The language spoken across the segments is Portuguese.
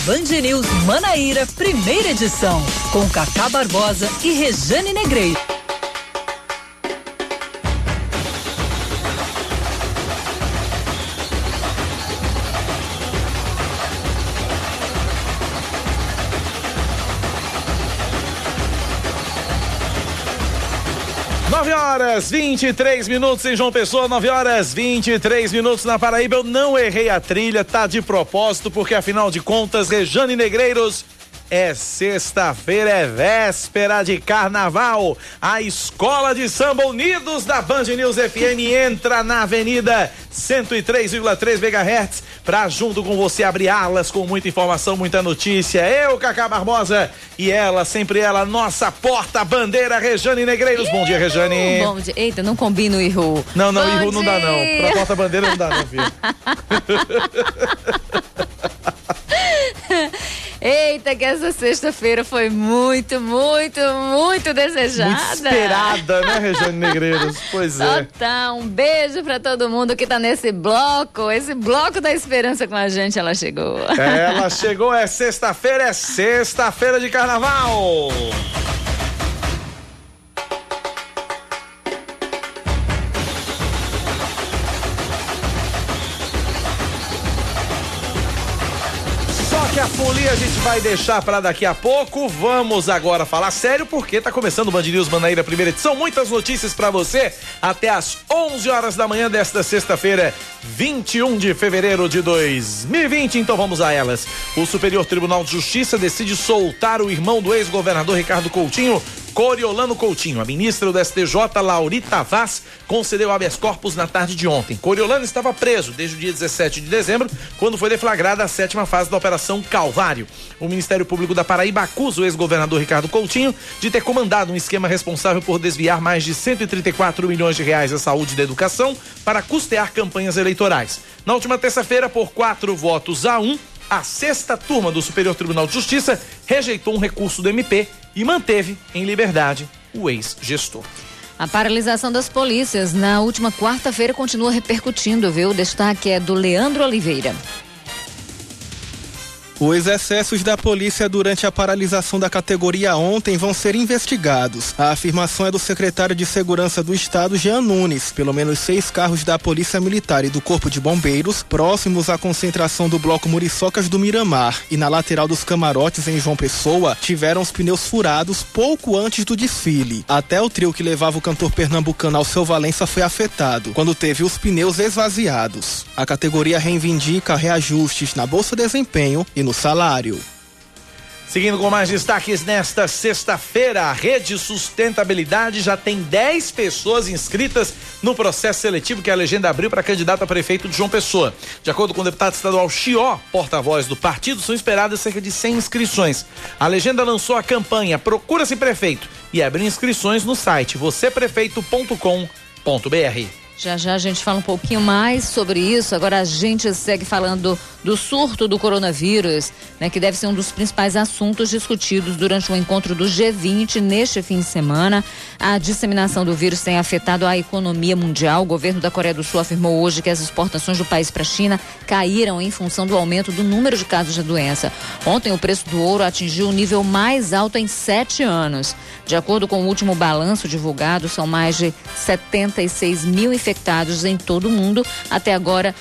Band News Manaíra, primeira edição, com Cacá Barbosa e Rejane Negreiro. Horas 23 minutos em João Pessoa, 9 horas 23 minutos na Paraíba. Eu não errei a trilha, tá de propósito, porque afinal de contas, Rejane Negreiros, é sexta-feira, é véspera de carnaval. A Escola de Samba Unidos da Band News FM entra na Avenida 103,3 MHz pra junto com você abrir alas com muita informação, muita notícia. Eu, Cacá Barbosa, e ela, sempre ela, nossa porta-bandeira, Rejane Negreiros. Bom dia, Rejane. Bom dia. Eita, não combina o Ihu. Não, Ihu não dá não. Pra porta-bandeira não dá não, filho. Eita, que essa sexta-feira foi muito, muito, muito desejada. Muito esperada, né, Rejane Negreiros? Pois é. Total, um beijo pra todo mundo que tá nesse bloco, esse bloco da esperança com a gente, ela chegou. Ela chegou, é sexta-feira de carnaval. Que a folia a gente vai deixar para daqui a pouco. Vamos agora falar sério, porque tá começando o Band News Manaíra, primeira edição. Muitas notícias para você até às 11 horas da manhã desta sexta-feira, 21 de fevereiro de 2020. Então vamos a elas. O Superior Tribunal de Justiça decide soltar o irmão do ex-governador Ricardo Coutinho, Coriolano Coutinho. A ministra do STJ, Laurita Vaz, concedeu habeas corpus na tarde de ontem. Coriolano estava preso desde o dia 17 de dezembro, quando foi deflagrada a 7ª fase da Operação Calvário. O Ministério Público da Paraíba acusa o ex-governador Ricardo Coutinho de ter comandado um esquema responsável por desviar mais de 134 milhões de reais da saúde e da educação para custear campanhas eleitorais. Na última terça-feira, por 4 votos a 1, a 6ª turma do Superior Tribunal de Justiça rejeitou um recurso do MP e manteve em liberdade o ex-gestor. A paralisação das polícias na última quarta-feira continua repercutindo, viu? O destaque é do Leandro Oliveira. Os excessos da polícia durante a paralisação da categoria ontem vão ser investigados. A afirmação é do secretário de Segurança do Estado, Jean Nunes. Pelo menos 6 carros da Polícia Militar e do Corpo de Bombeiros, próximos à concentração do bloco Muriçocas do Miramar e na lateral dos camarotes em João Pessoa, tiveram os pneus furados pouco antes do desfile. Até o trio que levava o cantor pernambucano Alceu Valença foi afetado, quando teve os pneus esvaziados. A categoria reivindica reajustes na Bolsa Desempenho e no salário. Seguindo com mais destaques nesta sexta-feira, a Rede Sustentabilidade já tem 10 pessoas inscritas no processo seletivo que a legenda abriu para candidato a prefeito de João Pessoa. De acordo com o deputado estadual Chió, porta-voz do partido, são esperadas cerca de 100 inscrições. A legenda lançou a campanha Procura-se Prefeito e abriu inscrições no site vocêprefeito.com.br. Já a gente fala um pouquinho mais sobre isso. Agora a gente segue falando do surto do coronavírus, né, que deve ser um dos principais assuntos discutidos durante o encontro do G20 neste fim de semana. A disseminação do vírus tem afetado a economia mundial. O governo da Coreia do Sul afirmou hoje que as exportações do país para a China caíram em função do aumento do número de casos da doença. Ontem o preço do ouro atingiu o nível mais alto em 7 anos. De acordo com o último balanço divulgado, são mais de 76 mil infectados em todo o mundo. Até agora,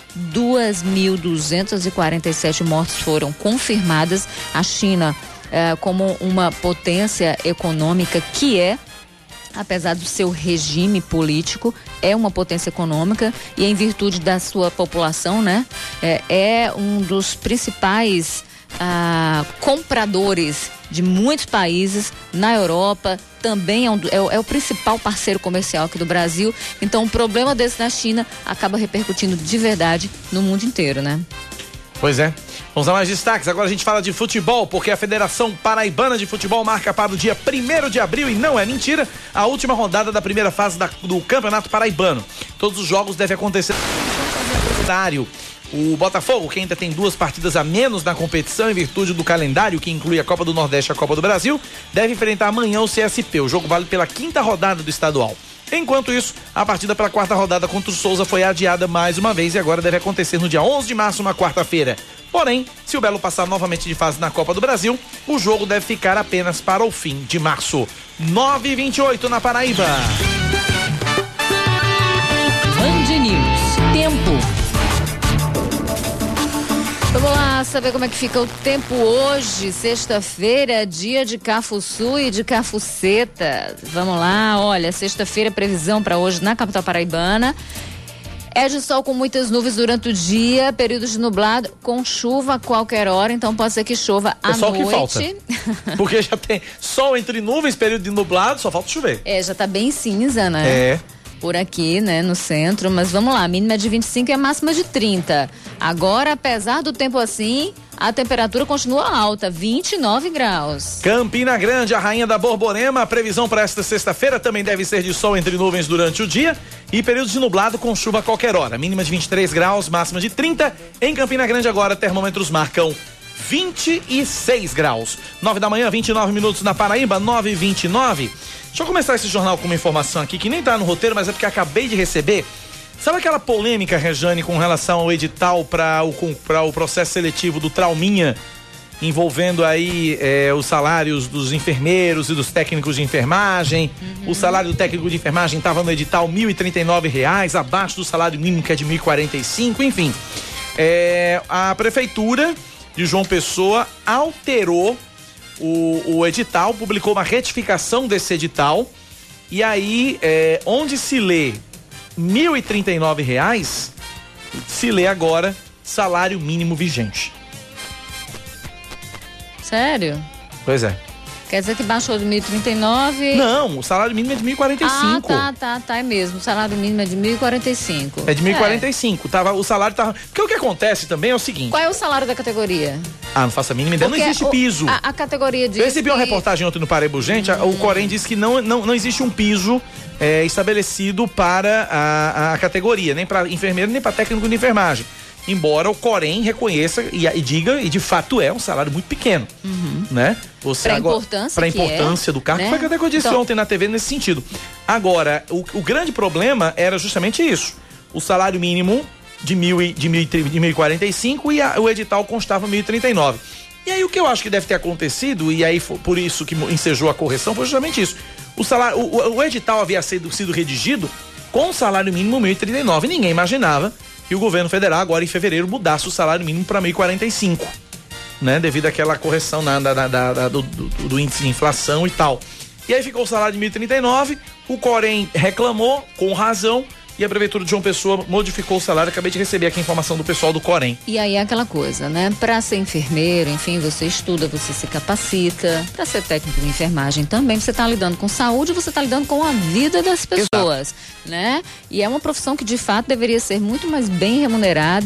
2.247 mortes foram confirmadas. A China, como uma potência econômica que apesar do seu regime político, é uma potência econômica e em virtude da sua população, né, é um dos principais compradores de muitos países na Europa, também é o principal parceiro comercial aqui do Brasil. Então, um problema desse na China acaba repercutindo de verdade no mundo inteiro, né? Pois é. Vamos a mais destaques. Agora a gente fala de futebol, porque a Federação Paraibana de Futebol marca para o dia 1º de abril, e não é mentira, a última rodada da primeira fase do Campeonato Paraibano. Todos os jogos devem acontecer no calendário. O Botafogo, que ainda tem 2 partidas a menos na competição em virtude do calendário que inclui a Copa do Nordeste e a Copa do Brasil, deve enfrentar amanhã o CSP. O jogo vale pela 5ª rodada do estadual. Enquanto isso, a partida pela quarta rodada contra o Souza foi adiada mais uma vez e agora deve acontecer no dia 11 de março, uma quarta-feira. Porém, se o Belo passar novamente de fase na Copa do Brasil, o jogo deve ficar apenas para o fim de março. 9h28 na Paraíba. Band News. Tempo. Vamos lá saber como é que fica o tempo hoje, sexta-feira, dia de Cafuçu e de Cafuceta. Vamos lá, olha, sexta-feira, previsão para hoje na capital paraibana. É de sol com muitas nuvens durante o dia, períodos de nublado com chuva a qualquer hora, então pode ser que chova à noite. Que falta. Porque já tem sol entre nuvens, período de nublado, só falta chover. Já tá bem cinza, né? Por aqui, né, no centro, mas vamos lá, a mínima é de 25 e a máxima de 30. Agora, apesar do tempo assim, a temperatura continua alta, 29 graus. Campina Grande, a rainha da Borborema, a previsão para esta sexta-feira também deve ser de sol entre nuvens durante o dia e períodos de nublado com chuva a qualquer hora. Mínima de 23 graus, máxima de 30. Em Campina Grande agora, termômetros marcam 26 graus. 9 da manhã, 29 minutos na Paraíba, 9h29. Deixa eu começar esse jornal com uma informação aqui que nem tá no roteiro, mas é porque acabei de receber. Sabe aquela polêmica, Rejane, com relação ao edital para o processo seletivo do Trauminha, envolvendo aí os salários dos enfermeiros e dos técnicos de enfermagem? O salário do técnico de enfermagem estava no edital R$ 1.039, abaixo do salário mínimo, que é de R$ 1.045, enfim. A prefeitura de João Pessoa alterou o edital, publicou uma retificação desse edital, e aí onde se lê R$ 1.039, se lê agora salário mínimo vigente. Sério? Pois é. Quer dizer que baixou de 1.039? Não, o salário mínimo é de 1.045. Tá, é mesmo. O salário mínimo é de 1.045. É de 1.045. O salário tava. Porque o que acontece também é o seguinte. Qual é o salário da categoria? Não faço a mínima ideia. Não existe piso. A categoria diz. Eu recebi uma reportagem ontem no Paraíba Urgente. O Corém disse que não existe um piso estabelecido para a categoria, nem para enfermeiro, nem para técnico de enfermagem. Embora o Corém reconheça e diga, e de fato é um salário muito pequeno, né? Para a importância do cargo, né? Foi até que eu disse ontem na TV nesse sentido. Agora, o grande problema era justamente isso, o salário mínimo de 1.045 e o edital constava 1.039. E aí o que eu acho que deve ter acontecido, e aí por isso que ensejou a correção, foi justamente isso. O edital havia sido redigido com o salário mínimo 1.039, ninguém imaginava que o governo federal agora em fevereiro mudasse o salário mínimo para 1.045, né? Devido àquela correção do índice de inflação e tal. E aí ficou o salário de 1.039, o Corém reclamou com razão e a prefeitura de João Pessoa modificou o salário. Acabei de receber aqui a informação do pessoal do Corém. E aí é aquela coisa, né? Para ser enfermeiro, enfim, você estuda, você se capacita. Para ser técnico de enfermagem também, você está lidando com saúde, você está lidando com a vida das pessoas. Exato. Né? E é uma profissão que de fato deveria ser muito mais bem remunerada.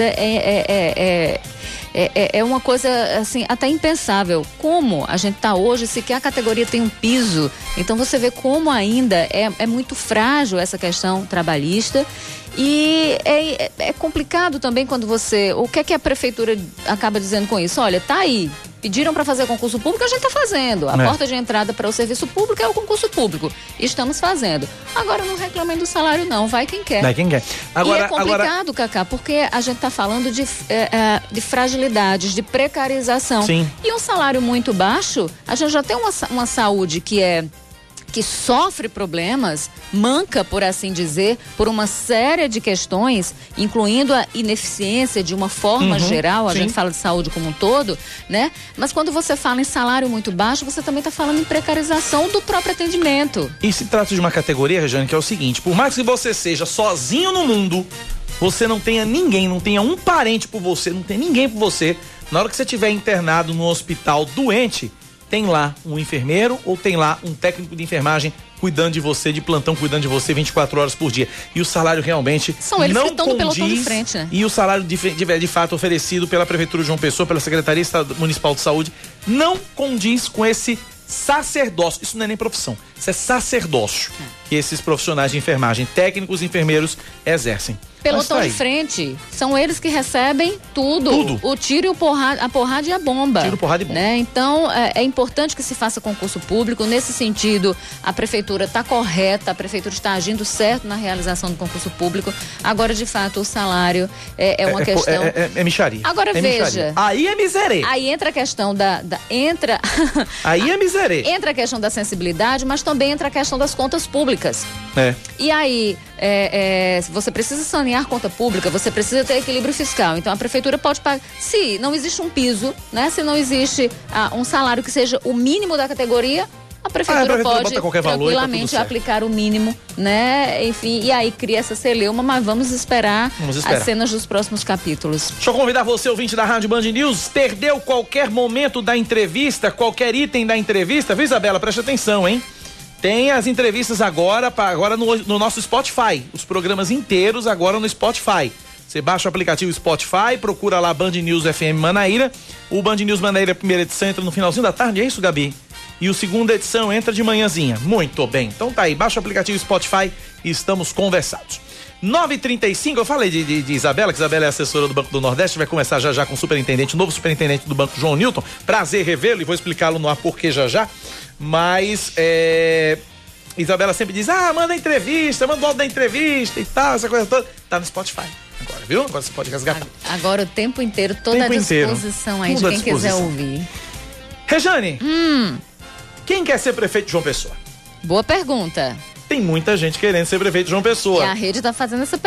É uma coisa assim até impensável. Como a gente está hoje, sequer a categoria tem um piso. Então você vê como ainda é muito frágil essa questão trabalhista. E é complicado também quando você... O que é que a prefeitura acaba dizendo com isso? Olha, tá aí. Pediram para fazer concurso público, a gente está fazendo. A porta de entrada para o serviço público é o concurso público. Estamos fazendo. Agora não reclamem do salário não, vai quem quer. Vai quem quer. Agora, e é complicado, Cacá, porque a gente está falando de fragilidades, de precarização. Sim. E um salário muito baixo, a gente já tem uma saúde que sofre problemas, manca, por assim dizer, por uma série de questões, incluindo a ineficiência de uma forma geral, a gente fala de saúde como um todo, né? Mas quando você fala em salário muito baixo, você também está falando em precarização do próprio atendimento. E se trata de uma categoria, Rejane, que é o seguinte, por mais que você seja sozinho no mundo, você não tenha ninguém, não tenha um parente por você, não tem ninguém por você, na hora que você estiver internado no hospital doente, tem lá um enfermeiro ou tem lá um técnico de enfermagem cuidando de você, de plantão, cuidando de você 24 horas por dia. E o salário realmente são eles não que estão no pelotão de frente, né? E o salário de fato oferecido pela Prefeitura de João Pessoa, pela Secretaria Municipal de Saúde, não condiz com esse sacerdócio. Isso não é nem profissão, isso é sacerdócio que esses profissionais de enfermagem, técnicos e enfermeiros, exercem. pelotão de frente. São eles que recebem tudo. O tiro e a porrada e a bomba. Tiro, porrada e bomba. Né? Então, é importante que se faça concurso público. Nesse sentido, a prefeitura está correta, a prefeitura está agindo certo na realização do concurso público. Agora, de fato, o salário é uma questão... É mixaria. Agora, veja... Micharia. Aí é miserê. Aí entra a questão Aí é miserê. Entra a questão da sensibilidade, mas também entra a questão das contas públicas. E aí, você precisa sanear conta pública, você precisa ter equilíbrio fiscal. Então, a prefeitura pode pagar... Se não existe um piso, né? Se não existe um salário que seja o mínimo da categoria... A prefeitura pode tranquilamente aplicar o mínimo, né? Enfim, e aí cria essa celeuma, mas vamos esperar as cenas dos próximos capítulos. Deixa eu convidar você, ouvinte da Rádio Band News, perdeu qualquer momento da entrevista, qualquer item da entrevista, viu, Isabela? Preste atenção, hein? Tem as entrevistas agora no nosso Spotify, os programas inteiros agora no Spotify. Você baixa o aplicativo Spotify, procura lá Band News FM Manaíra. O Band News Manaíra, primeira edição, entra no finalzinho da tarde, é isso, Gabi? E o segunda edição entra de manhãzinha. Muito bem. Então tá aí, baixa o aplicativo Spotify e estamos conversados. 9h35, eu falei de Isabela, que Isabela é assessora do Banco do Nordeste, vai começar já com o superintendente, o novo superintendente do Banco, João Newton. Prazer revê-lo e vou explicá-lo no ar porquê já. Mas, Isabela sempre diz, manda entrevista, manda o áudio da entrevista e tal, essa coisa toda. Tá no Spotify. Agora, viu? Agora você pode resgatar. Agora o tempo inteiro, toda a disposição aí de quem quiser ouvir. Rejane, quem quer ser prefeito de João Pessoa? Boa pergunta. Tem muita gente querendo ser prefeito de João Pessoa. E a rede tá fazendo essa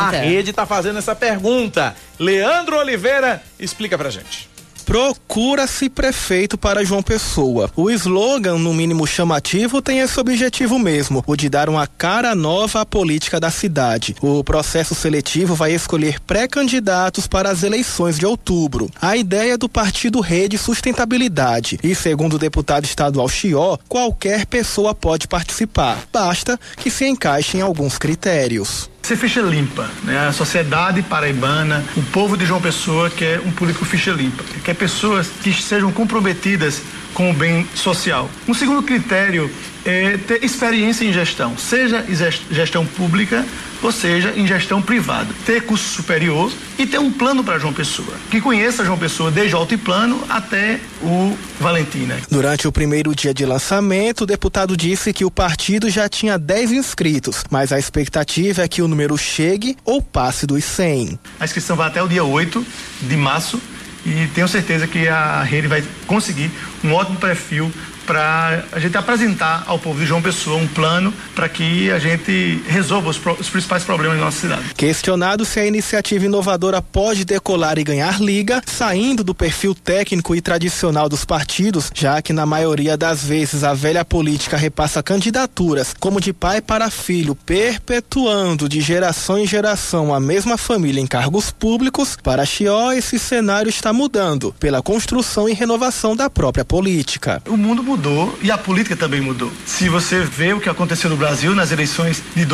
pergunta. Leandro Oliveira, explica pra gente. Procura-se prefeito para João Pessoa. O slogan, no mínimo chamativo, tem esse objetivo mesmo, o de dar uma cara nova à política da cidade. O processo seletivo vai escolher pré-candidatos para as eleições de outubro. A ideia é do partido Rede Sustentabilidade e, segundo o deputado estadual Chió, qualquer pessoa pode participar. Basta que se encaixe em alguns critérios. Ser ficha limpa, né? A sociedade paraibana, o povo de João Pessoa quer um político ficha limpa, quer pessoas que sejam comprometidas com o bem social. Um segundo critério é ter experiência em gestão, seja em gestão pública ou seja em gestão privada. Ter curso superior e ter um plano para João Pessoa, que conheça João Pessoa desde o altiplano até o Valentina. Durante o primeiro dia de lançamento, o deputado disse que o partido já tinha 10 inscritos, mas a expectativa é que o número chegue ou passe dos 100. A inscrição vai até o dia 8 de março e tenho certeza que a rede vai conseguir um ótimo perfil para a gente apresentar ao povo de João Pessoa um plano para que a gente resolva os principais problemas da nossa cidade. Questionado se a iniciativa inovadora pode decolar e ganhar liga, saindo do perfil técnico e tradicional dos partidos, já que na maioria das vezes a velha política repassa candidaturas como de pai para filho, perpetuando de geração em geração a mesma família em cargos públicos, para Chió esse cenário está mudando pela construção e renovação da própria política. O mundo mudou e a política também mudou. Se você vê o que aconteceu no Brasil nas eleições de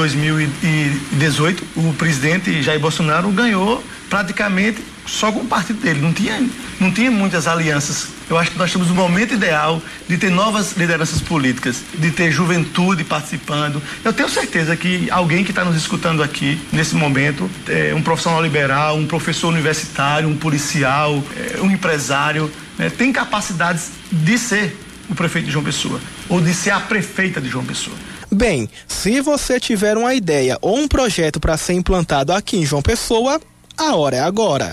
2018, o presidente Jair Bolsonaro ganhou praticamente só com o partido dele, não tinha muitas alianças. Eu acho que nós estamos no momento ideal de ter novas lideranças políticas, de ter juventude participando. Eu tenho certeza que alguém que está nos escutando aqui, nesse momento, um profissional liberal, um professor universitário, um policial, um empresário, tem capacidades de ser o prefeito de João Pessoa, ou de ser a prefeita de João Pessoa. Bem, se você tiver uma ideia ou um projeto para ser implantado aqui em João Pessoa, a hora é agora.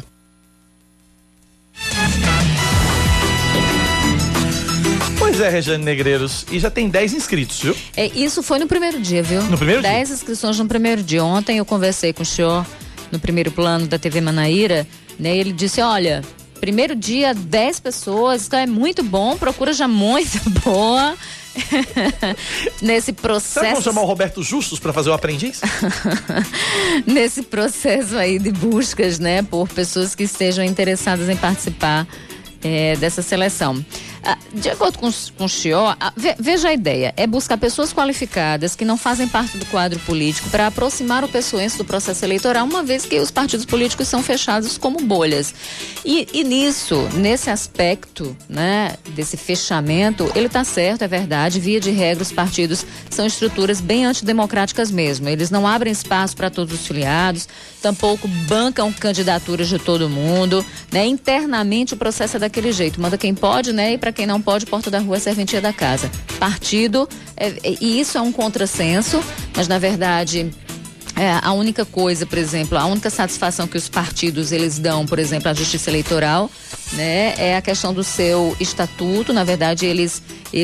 Pois é, Rejane Negreiros, e já tem 10 inscritos, viu? Isso foi no primeiro dia, viu? No primeiro dia? 10 inscrições no primeiro dia. Ontem eu conversei com o senhor no primeiro plano da TV Manaíra, né? E ele disse, olha, primeiro dia 10 pessoas, então é muito bom, procura já muito boa. Nesse processo. Será que vamos chamar o Roberto Justus para fazer o aprendiz? Nesse processo aí de buscas, né, por pessoas que estejam interessadas em participar dessa seleção. de acordo com o Chió, veja a ideia, é buscar pessoas qualificadas que não fazem parte do quadro político para aproximar o pessoense do processo eleitoral, uma vez que os partidos políticos são fechados como bolhas. E nesse aspecto, né, desse fechamento, ele está certo, é verdade, via de regra os partidos são estruturas bem antidemocráticas mesmo, eles não abrem espaço para todos os filiados, tampouco bancam candidaturas de todo mundo, né, internamente o processo é daquele jeito, manda quem pode, né, e para quem não pode, porta da rua é serventia da casa. Partido, e isso é um contrassenso, mas na verdade a única coisa, por exemplo, a única satisfação que os partidos eles dão, por exemplo, à Justiça Eleitoral, né, é a questão do seu estatuto. Na verdade, eles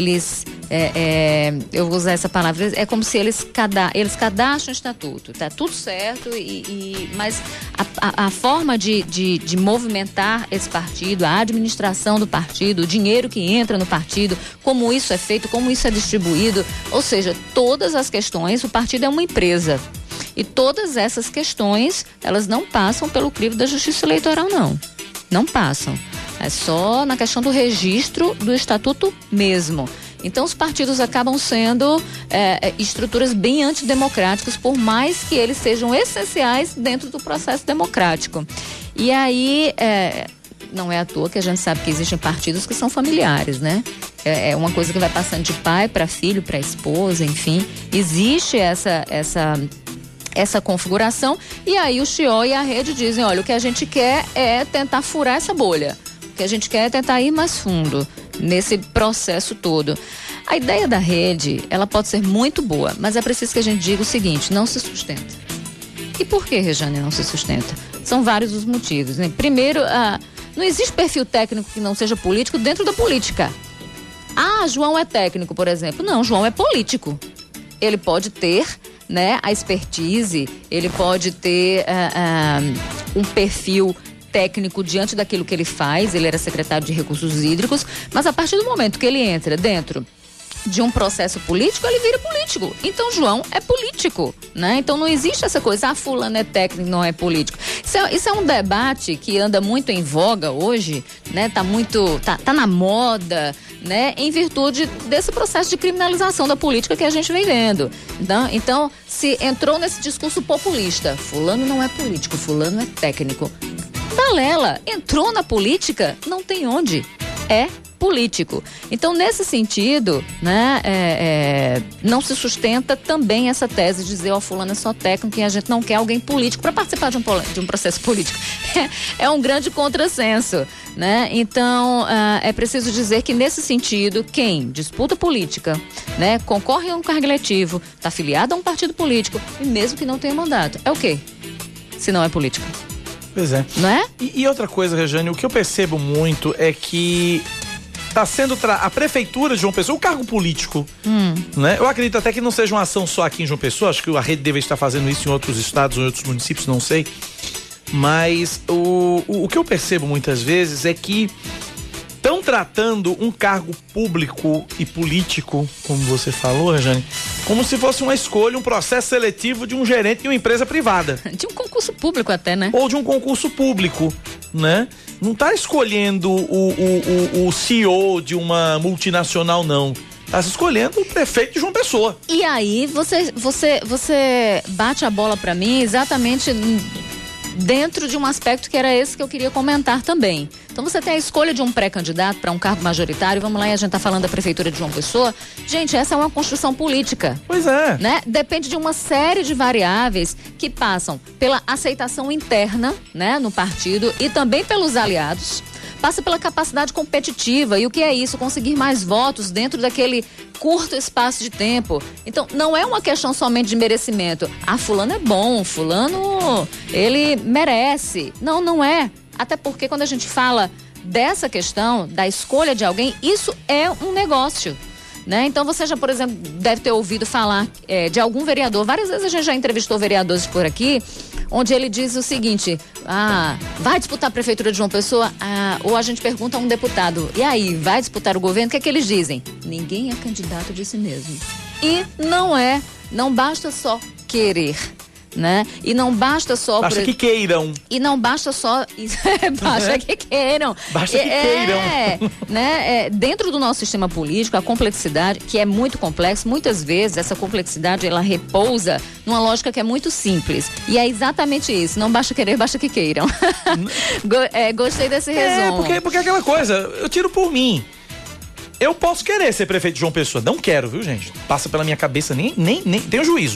eu vou usar essa palavra, é como se eles cadastram o estatuto, tá tudo certo, mas a forma de movimentar esse partido, a administração do partido, o dinheiro que entra no partido, como isso é feito, como isso é distribuído, ou seja, todas as questões, o partido é uma empresa. E todas essas questões, elas não passam pelo crivo da Justiça Eleitoral, não passam. É só na questão do registro do estatuto mesmo. Então os partidos acabam sendo estruturas bem antidemocráticas, por mais que eles sejam essenciais dentro do processo democrático. E aí, não é à toa que a gente sabe que existem partidos que são familiares, né? É uma coisa que vai passando de pai para filho, para esposa, enfim. Existe essa configuração, e aí o Chió e a rede dizem, olha, o que a gente quer é tentar furar essa bolha, o que a gente quer é tentar ir mais fundo nesse processo todo. A ideia da rede, ela pode ser muito boa, mas é preciso que a gente diga o seguinte, não se sustenta. E por que, Rejane, não se sustenta? São vários os motivos, né? Primeiro, não existe perfil técnico que não seja político dentro da política. João é técnico, por exemplo. Não, João é político. Ele pode ter, né, a expertise, ele pode ter um perfil técnico diante daquilo que ele faz. Ele era secretário de Recursos Hídricos, mas a partir do momento que ele entra dentro de um processo político, ele vira político. Então João é político, né? Então não existe essa coisa, fulano é técnico, não é político. Isso é um debate que anda muito em voga hoje, né? Tá na moda, né? Em virtude desse processo de criminalização da política que a gente vem vendo. Então se entrou nesse discurso populista, fulano não é político, fulano é técnico. Balela, entrou na política, não tem onde, é político. Então, nesse sentido, né, não se sustenta também essa tese de dizer, fulano é só técnico e a gente não quer alguém político para participar de um processo político. É um grande contrassenso, né? Então, é preciso dizer que nesse sentido, quem disputa política, né, concorre a um cargo eletivo, está afiliado a um partido político e mesmo que não tenha mandato, é o quê? Se não é político. Pois é. Não é? E outra coisa, Rejane, o que eu percebo muito é que está sendo a prefeitura de João Pessoa, o cargo político, né? Eu acredito até que não seja uma ação só aqui em João Pessoa, acho que a rede deve estar fazendo isso em outros estados ou em outros municípios, não sei. Mas o que eu percebo muitas vezes é que estão tratando um cargo público e político, como você falou, Rejane, como se fosse uma escolha, um processo seletivo de um gerente de uma empresa privada. De um concurso público até, né? Ou de um concurso público, né? Não está escolhendo o CEO de uma multinacional, não. Está se escolhendo o prefeito de João Pessoa. E aí, você bate a bola para mim exatamente dentro de um aspecto que era esse que eu queria comentar também. Então você tem a escolha de um pré-candidato para um cargo majoritário, vamos lá, e a gente está falando da prefeitura de João Pessoa. Gente, essa é uma construção política. Pois é. Né? Depende de uma série de variáveis que passam pela aceitação interna, né, no partido e também pelos aliados. Passa pela capacidade competitiva. E o que é isso? Conseguir mais votos dentro daquele curto espaço de tempo. Então, não é uma questão somente de merecimento. Fulano é bom, fulano, ele merece. Não, não é. Até porque quando a gente fala dessa questão, da escolha de alguém, isso é um negócio. Né? Então você já, por exemplo, deve ter ouvido falar de algum vereador, várias vezes a gente já entrevistou vereadores por aqui, onde ele diz o seguinte, vai disputar a prefeitura de João Pessoa? Ou a gente pergunta a um deputado, e aí, vai disputar o governo? O que é que eles dizem? Ninguém é candidato de si mesmo. E não basta só querer, né? E não basta só... Basta que queiram. E não basta só... basta que queiram. Basta que queiram. Né? Dentro do nosso sistema político, a complexidade, que é muito complexo, muitas vezes essa complexidade, ela repousa numa lógica que é muito simples. E é exatamente isso. Não basta querer, basta que queiram. Gostei desse resumo. Porque é aquela coisa, eu tiro por mim. Eu posso querer ser prefeito de João Pessoa. Não quero, viu, gente? Passa pela minha cabeça, nem tenho juízo.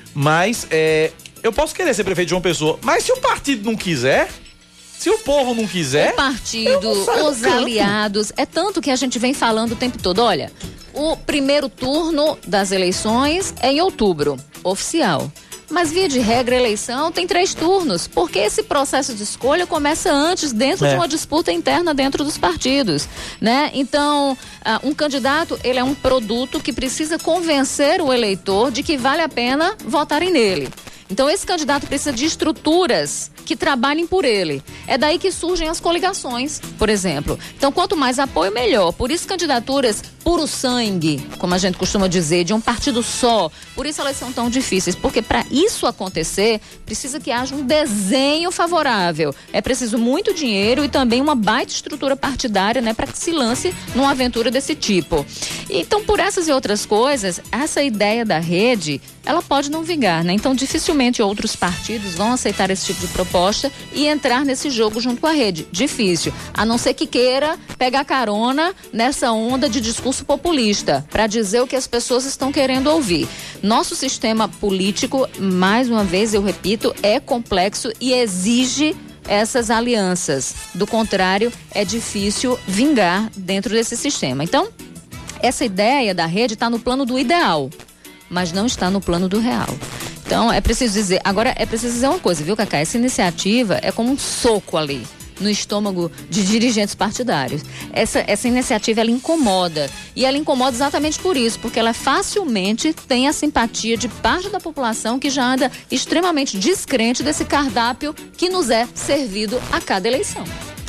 Mas eu posso querer ser prefeito de João Pessoa. Mas se o partido não quiser, se o povo não quiser... O partido, os aliados... É tanto que a gente vem falando o tempo todo. Olha, o primeiro turno das eleições é em outubro, oficial. Mas, via de regra, a eleição tem 3 turnos, porque esse processo de escolha começa antes, dentro de uma disputa interna dentro dos partidos, né? Então, um candidato, ele é um produto que precisa convencer o eleitor de que vale a pena votarem nele. Então, esse candidato precisa de estruturas que trabalhem por ele. É daí que surgem as coligações, por exemplo. Então, quanto mais apoio, melhor. Por isso, candidaturas puro sangue, como a gente costuma dizer, de um partido só. Por isso elas são tão difíceis, porque para isso acontecer, precisa que haja um desenho favorável. É preciso muito dinheiro e também uma baita estrutura partidária, né, para que se lance numa aventura desse tipo. Então, por essas e outras coisas, essa ideia da rede, ela pode não vingar, né? Então, dificilmente outros partidos vão aceitar esse tipo de proposta e entrar nesse jogo junto com a rede. Difícil. A não ser que queira pegar carona nessa onda de discurso populista, para dizer o que as pessoas estão querendo ouvir. Nosso sistema político, mais uma vez eu repito, é complexo e exige essas alianças. Do contrário, é difícil vingar dentro desse sistema. Então, essa ideia da rede está no plano do ideal, mas não está no plano do real. Então, é preciso dizer, agora é preciso dizer uma coisa, viu, Cacá? Essa iniciativa é como um soco ali no estômago de dirigentes partidários. Essa iniciativa, ela incomoda. E ela incomoda exatamente por isso, porque ela facilmente tem a simpatia de parte da população que já anda extremamente descrente desse cardápio que nos é servido a cada eleição.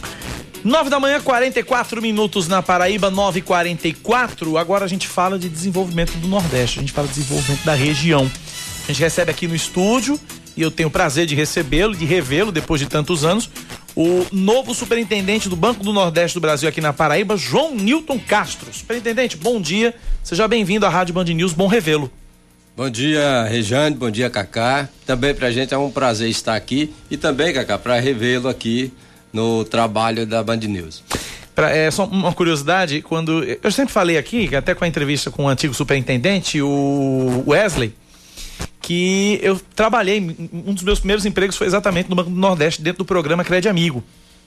9h, 44 minutos na Paraíba, 9h44. Agora a gente fala de desenvolvimento do Nordeste, a gente fala de desenvolvimento da região. A gente recebe aqui no estúdio, e eu tenho o prazer de recebê-lo, de revê-lo depois de tantos anos, o novo superintendente do Banco do Nordeste do Brasil aqui na Paraíba, João Nilton Castro. Superintendente, bom dia, seja bem-vindo à Rádio Band News, bom revê-lo. Bom dia, Rejane, bom dia, Cacá. Também pra gente é um prazer estar aqui e também, Cacá, para revê-lo aqui no trabalho da Band News. Só uma curiosidade, quando eu sempre falei aqui, até com a entrevista com o antigo superintendente, o Wesley, que eu trabalhei, um dos meus primeiros empregos foi exatamente no Banco do Nordeste, dentro do programa Crédito Amigo.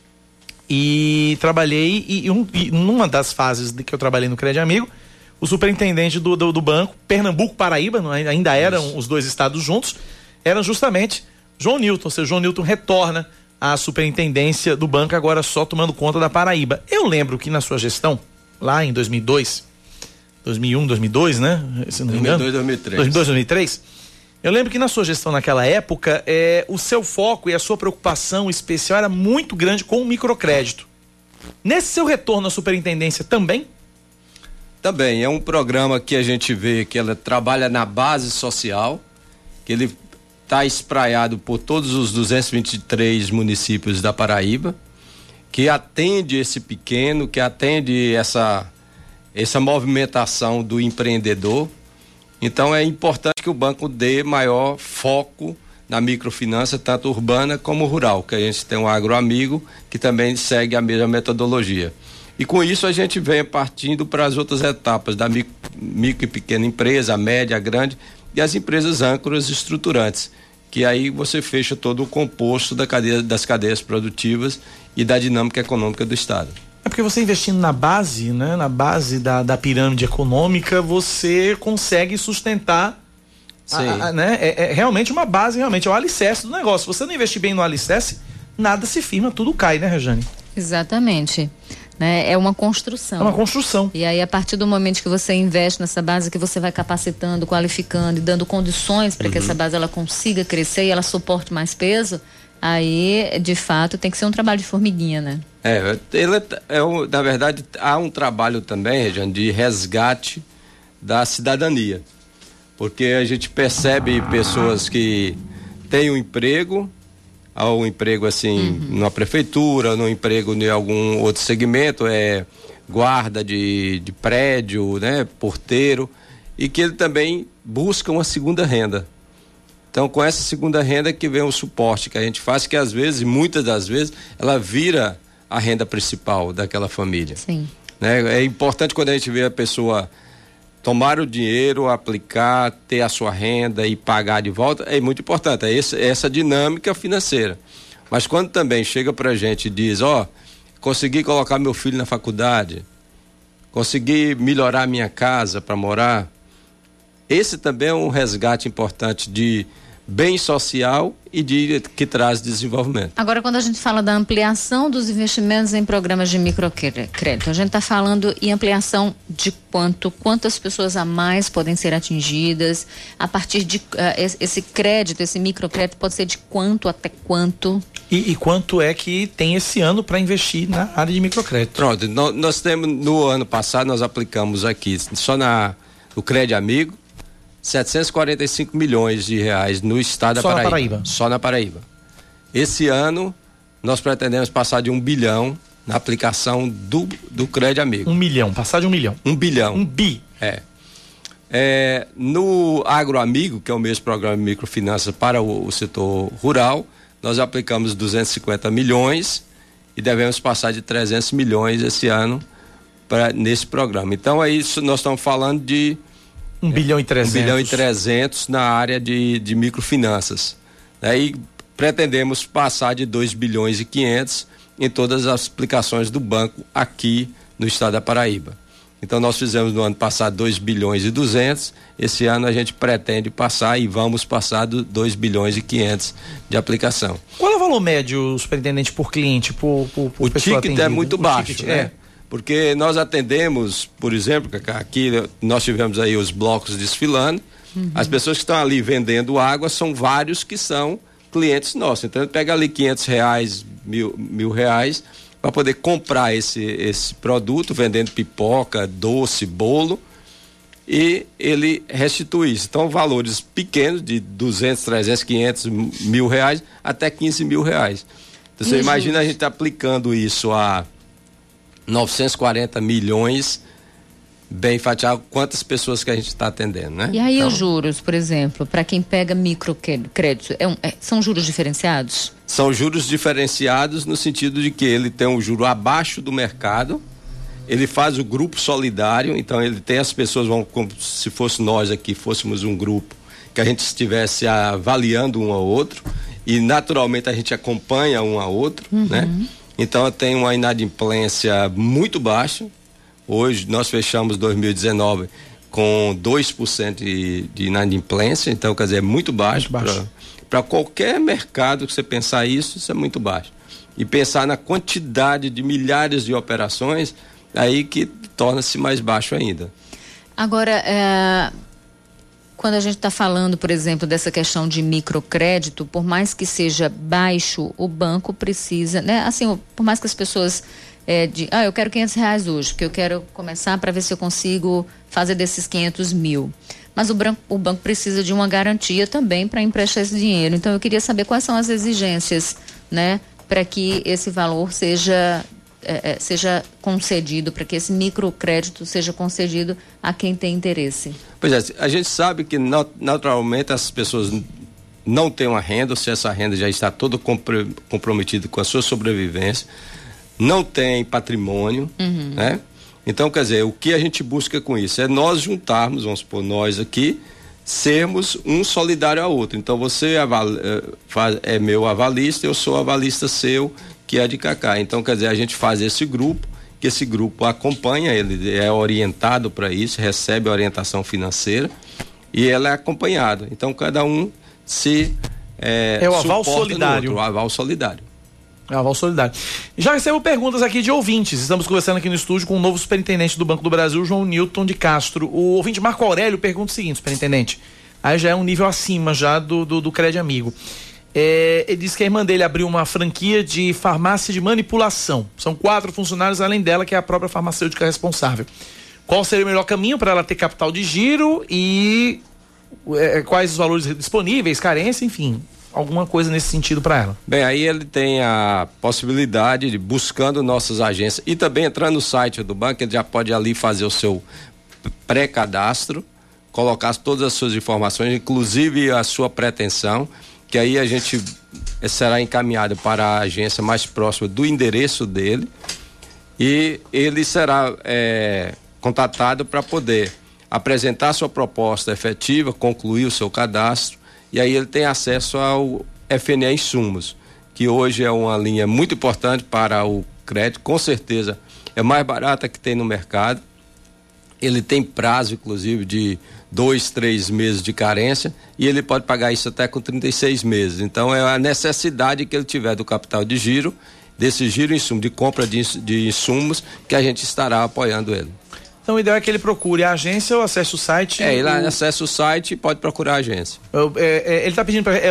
E trabalhei, e numa das fases que eu trabalhei no Crédito Amigo, o superintendente do banco, Pernambuco, Paraíba, ainda eram os dois estados juntos, era justamente João Nilton, ou seja, João Nilton retorna à superintendência do banco, agora só tomando conta da Paraíba. Eu lembro que na sua gestão, lá em 2002, 2001, 2002, né? Se não me engano. 2002, 2003. Eu lembro que na sua gestão naquela época, o seu foco e a sua preocupação especial era muito grande com o microcrédito. Nesse seu retorno à superintendência também? Também, é um programa que a gente vê que ela trabalha na base social, que ele está espraiado por todos os 223 municípios da Paraíba, que atende esse pequeno, que atende essa movimentação do empreendedor. Então é importante que o banco dê maior foco na microfinança, tanto urbana como rural, que a gente tem um agroamigo que também segue a mesma metodologia. E com isso a gente vem partindo para as outras etapas da micro e pequena empresa, a média, a grande e as empresas âncoras estruturantes, que aí você fecha todo o composto das cadeias produtivas e da dinâmica econômica do Estado. É porque você investindo na base, né? Na base da pirâmide econômica, você consegue sustentar, né? É realmente uma base, realmente é o alicerce do negócio. Se você não investir bem no alicerce, nada se firma, tudo cai, né, Rejane? Exatamente. Né? É uma construção. É uma construção. E aí, a partir do momento que você investe nessa base, que você vai capacitando, qualificando e dando condições para que essa base ela consiga crescer e ela suporte mais peso, aí, de fato, tem que ser um trabalho de formiguinha, né? Na verdade, há um trabalho também, Rejane, de resgate da cidadania. Porque a gente percebe pessoas que tem um emprego, ao emprego assim, numa prefeitura, no emprego em algum outro segmento, guarda de prédio, né, porteiro, e que ele também busca uma segunda renda. Então, com essa segunda renda que vem o suporte que a gente faz, que às vezes, muitas das vezes, ela vira a renda principal daquela família. Sim. Né? É importante quando a gente vê a pessoa tomar o dinheiro, aplicar, ter a sua renda e pagar de volta, é muito importante, essa dinâmica financeira. Mas quando também chega pra gente e diz, consegui colocar meu filho na faculdade, consegui melhorar minha casa para morar, esse também é um resgate importante de bem social e que traz desenvolvimento. Agora, quando a gente fala da ampliação dos investimentos em programas de microcrédito, a gente está falando em ampliação de quantas pessoas a mais podem ser atingidas, a partir de esse crédito, esse microcrédito pode ser de quanto até quanto? E quanto é que tem esse ano para investir na área de microcrédito? Pronto, nós temos, no ano passado, nós aplicamos aqui, só no Crédito Amigo, 745 milhões de reais no estado da Paraíba. Só na Paraíba. Esse ano, nós pretendemos passar de 1 bilhão na aplicação do Crédito Amigo. 1 milhão, passar de 1 milhão. 1 bilhão. 1 bi. No Agro Amigo, que é o mesmo programa de microfinanças para o setor rural, nós aplicamos 250 milhões e devemos passar de 300 milhões esse ano nesse programa. Então, é isso, nós estamos falando de 1 bilhão e 300. 1 bilhão e 300 na área de microfinanças. E pretendemos passar de 2 bilhões e 500 em todas as aplicações do banco aqui no estado da Paraíba. Então nós fizemos no ano passado 2 bilhões e 200, esse ano a gente pretende passar e vamos passar 2 bilhões e 500 de aplicação. Qual é o valor médio, superintendente, por cliente, por o pessoa ticket atendida? É muito baixo, né? Porque nós atendemos, por exemplo, aqui nós tivemos aí os blocos desfilando, as pessoas que estão ali vendendo água são vários que são clientes nossos. Então, pega ali R$500, R$1.000 para poder comprar esse produto, vendendo pipoca, doce, bolo, e ele restitui isso. Então, valores pequenos de 200, 300, 500, R$1.000 até R$15.000. Então, você imagina a gente aplicando isso a 940 milhões, bem fatiado, quantas pessoas que a gente está atendendo, né? E aí os juros, por exemplo, para quem pega microcrédito, são juros diferenciados? São juros diferenciados no sentido de que ele tem um juro abaixo do mercado, ele faz o grupo solidário, então ele tem as pessoas, como se fosse nós aqui, fôssemos um grupo, que a gente estivesse avaliando um ao outro, e naturalmente a gente acompanha um ao outro, né? Então tem uma inadimplência muito baixa. Hoje nós fechamos 2019 com 2% de inadimplência, então quer dizer, é muito baixo. Para qualquer mercado que você pensar isso é muito baixo. E pensar na quantidade de milhares de operações, aí que torna-se mais baixo ainda. Agora, quando a gente está falando, por exemplo, dessa questão de microcrédito, por mais que seja baixo, o banco precisa, né? Assim, por mais que as pessoas eu quero R$500 hoje, porque eu quero começar para ver se eu consigo fazer desses 500 mil. Mas o banco precisa de uma garantia também para emprestar esse dinheiro. Então, eu queria saber quais são as exigências, né? Para que esse valor seja concedido, para que esse microcrédito seja concedido a quem tem interesse. Pois é, a gente sabe que naturalmente as pessoas não têm uma renda, ou se essa renda já está toda comprometida com a sua sobrevivência, não tem patrimônio, né? Então, quer dizer, o que a gente busca com isso? É nós juntarmos, vamos supor, nós aqui, sermos um solidário ao outro. Então, você é meu avalista, eu sou avalista seu, que é de Cacá. Então, quer dizer, a gente faz esse grupo, que esse grupo acompanha, ele é orientado para isso, recebe orientação financeira e ela é acompanhada. Então, cada um se o aval solidário. O aval solidário. É o aval solidário. Já recebo perguntas aqui de ouvintes. Estamos conversando aqui no estúdio com o novo superintendente do Banco do Brasil, João Newton de Castro. O ouvinte Marco Aurélio pergunta o seguinte, superintendente, aí já é um nível acima já do Crédito Amigo. Ele disse que a irmã dele abriu uma franquia de farmácia de manipulação. São 4 funcionários, além dela, que é a própria farmacêutica responsável. Qual seria o melhor caminho para ela ter capital de giro e quais os valores disponíveis, carência, enfim. alguma coisa nesse sentido para ela? Bem, aí ele tem a possibilidade de, buscando nossas agências e também entrando no site do banco, ele já pode ali fazer o seu pré-cadastro, colocar todas as suas informações, inclusive a sua pretensão, que aí a gente será encaminhado para a agência mais próxima do endereço dele e ele será contatado para poder apresentar sua proposta efetiva, concluir o seu cadastro e aí ele tem acesso ao FNE Insumos, que hoje é uma linha muito importante para o crédito, com certeza é mais barata que tem no mercado. Ele tem prazo, inclusive, de 2-3 meses de carência e ele pode pagar isso até com 36 meses. Então, é a necessidade que ele tiver do capital de giro, desse giro insumo, de compra de insumos, que a gente estará apoiando ele. Então, o ideal é que ele procure a agência ou acesse o site? Ele acessa o site e pode procurar a agência. Ele está pedindo para...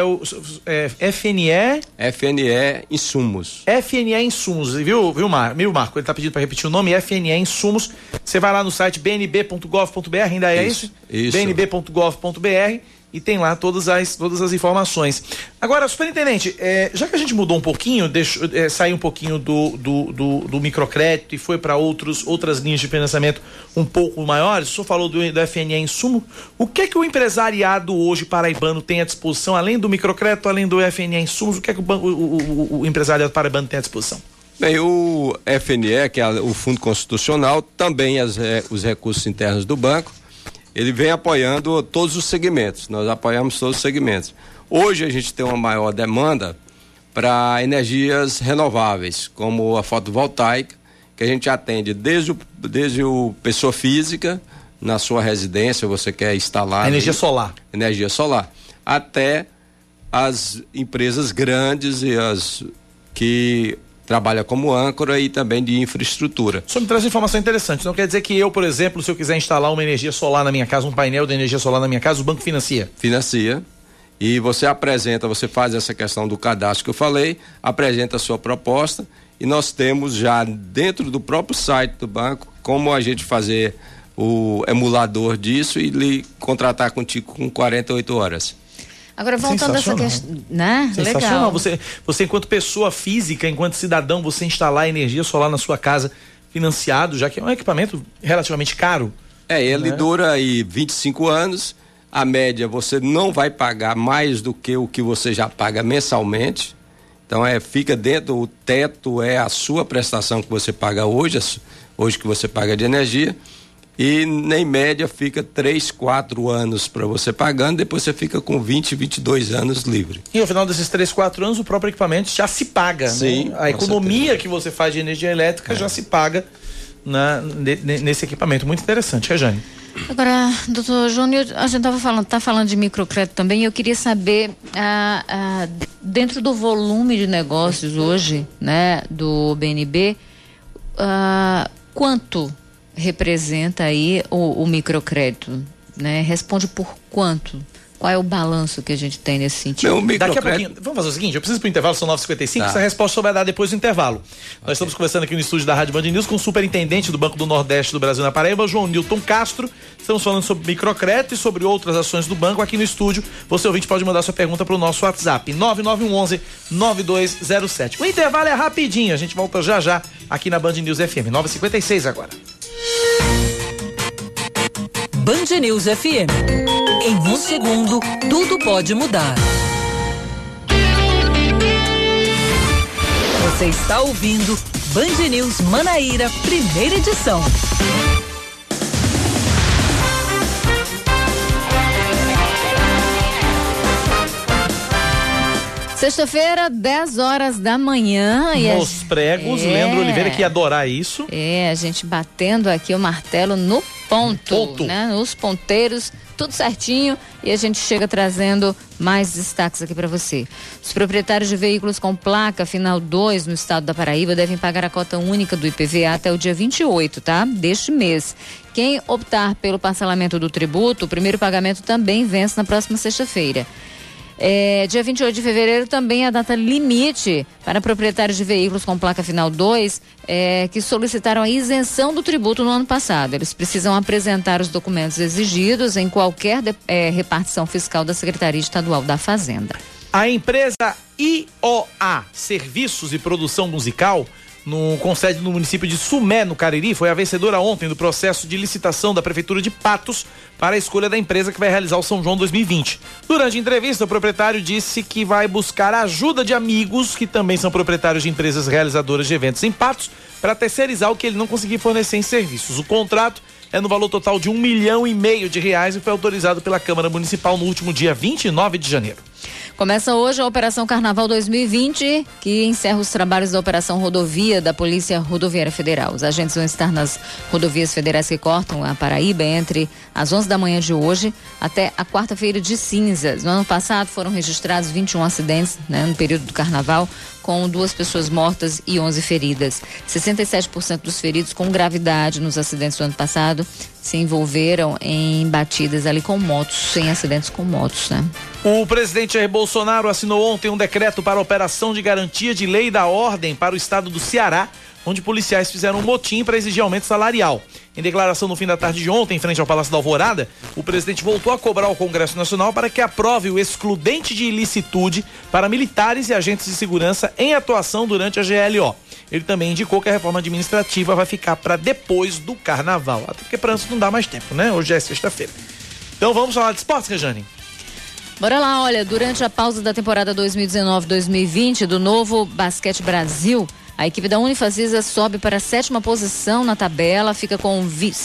FNE? FNE Insumos. FNE Insumos, viu, Marco? Ele está pedindo para repetir o nome, FNE Insumos. Você vai lá no site bnb.gov.br, ainda é isso? Isso. bnb.gov.br e tem lá todas as informações. Agora, superintendente, já que a gente mudou um pouquinho, saiu um pouquinho do microcrédito e foi para outras linhas de financiamento um pouco maiores, o senhor falou do FNE Insumo, o que é que o empresariado hoje paraibano tem à disposição, além do microcrédito, além do FNE Insumos, o que é que o empresariado paraibano tem à disposição? Bem, o FNE, que é o Fundo Constitucional, também os recursos internos do banco, ele vem apoiando todos os segmentos, nós apoiamos todos os segmentos. Hoje a gente tem uma maior demanda para energias renováveis, como a fotovoltaica, que a gente atende desde o pessoa física, na sua residência, você quer instalar... Energia solar. Energia solar. Até as empresas grandes e as que... trabalha como âncora e também de infraestrutura. O senhor me traz informação interessante. Não quer dizer que eu, por exemplo, se eu quiser instalar uma energia solar na minha casa, um painel de energia solar na minha casa, o banco financia? Financia. E você faz essa questão do cadastro que eu falei, apresenta a sua proposta e nós temos já dentro do próprio site do banco como a gente fazer o emulador disso e lhe contratar contigo com 48 horas. Agora, voltando a essa questão, né? Sensacional. Legal. Você, enquanto pessoa física, enquanto cidadão, você instalar energia solar na sua casa financiado, já que é um equipamento relativamente caro. Ele dura aí 25 anos, a média você não vai pagar mais do que o que você já paga mensalmente, então fica dentro, o teto é a sua prestação que você paga hoje que você paga de energia, e em média fica 3-4 anos para você pagando, depois você fica com 20-22 anos livre. E ao final desses 3-4 anos o próprio equipamento já se paga. Sim, né? A economia que você faz de energia elétrica já se paga nesse equipamento. Muito interessante, Rejane. Agora, doutor Júnior, a gente tá falando de microcrédito também, e eu queria saber, dentro do volume de negócios hoje, né, do BNB, quanto representa aí o microcrédito, né? Responde por quanto? Qual é o balanço que a gente tem nesse sentido? Daqui a pouquinho, vamos fazer o seguinte, eu preciso ir pro intervalo, são 9h55, essa resposta só vai dar depois do intervalo. Nós estamos conversando aqui no estúdio da Rádio Band News com o superintendente do Banco do Nordeste do Brasil na Paraíba, João Nilton Castro. Estamos falando sobre microcrédito e sobre outras ações do banco aqui no estúdio. Você ouvinte pode mandar sua pergunta para o nosso WhatsApp, 9911-9207. O intervalo é rapidinho, a gente volta já aqui na Band News FM, 9h56 agora. Band News FM. Em um segundo, tudo pode mudar. Você está ouvindo Band News Manaíra, primeira edição. Sexta-feira, 10 horas da manhã. Nos pregos, Leandro Oliveira que ia adorar isso. A gente batendo aqui o martelo no ponto. Né? Nos ponteiros, tudo certinho, e a gente chega trazendo mais destaques aqui para você. Os proprietários de veículos com placa final 2 no estado da Paraíba devem pagar a cota única do IPVA até o dia 28, tá? Deste mês. Quem optar pelo parcelamento do tributo, o primeiro pagamento também vence na próxima sexta-feira. Dia 28 de fevereiro também é a data limite para proprietários de veículos com placa final 2 que solicitaram a isenção do tributo no ano passado. Eles precisam apresentar os documentos exigidos em qualquer repartição fiscal da Secretaria Estadual da Fazenda. A empresa IOA Serviços e Produção Musical, com sede no município de Sumé, no Cariri, foi a vencedora ontem do processo de licitação da Prefeitura de Patos para a escolha da empresa que vai realizar o São João 2020. Durante a entrevista, o proprietário disse que vai buscar a ajuda de amigos que também são proprietários de empresas realizadoras de eventos em Patos para terceirizar o que ele não conseguir fornecer em serviços. O contrato é no valor total de R$1,5 milhão e foi autorizado pela Câmara Municipal no último dia 29 de janeiro. Começa hoje a Operação Carnaval 2020, que encerra os trabalhos da Operação Rodovia da Polícia Rodoviária Federal. Os agentes vão estar nas rodovias federais que cortam a Paraíba entre as 11 da manhã de hoje até a quarta-feira de cinzas. No ano passado foram registrados 21 acidentes, no período do Carnaval, com 2 pessoas mortas e 11 feridas. 67% dos feridos com gravidade nos acidentes do ano passado se envolveram em batidas ali com motos, em acidentes com motos, O presidente Jair Bolsonaro assinou ontem um decreto para a operação de garantia de lei e da ordem para o estado do Ceará, onde policiais fizeram um motim para exigir aumento salarial. Em declaração no fim da tarde de ontem, em frente ao Palácio da Alvorada, o presidente voltou a cobrar ao Congresso Nacional para que aprove o excludente de ilicitude para militares e agentes de segurança em atuação durante a GLO. Ele também indicou que a reforma administrativa vai ficar para depois do Carnaval, até porque para antes não dá mais tempo, Hoje é sexta-feira. Então vamos falar de esportes, Rejane? Bora lá, olha, durante a pausa da temporada 2019-2020 do Novo Basquete Brasil, a equipe da Unifacisa sobe para a 7ª posição na tabela, fica com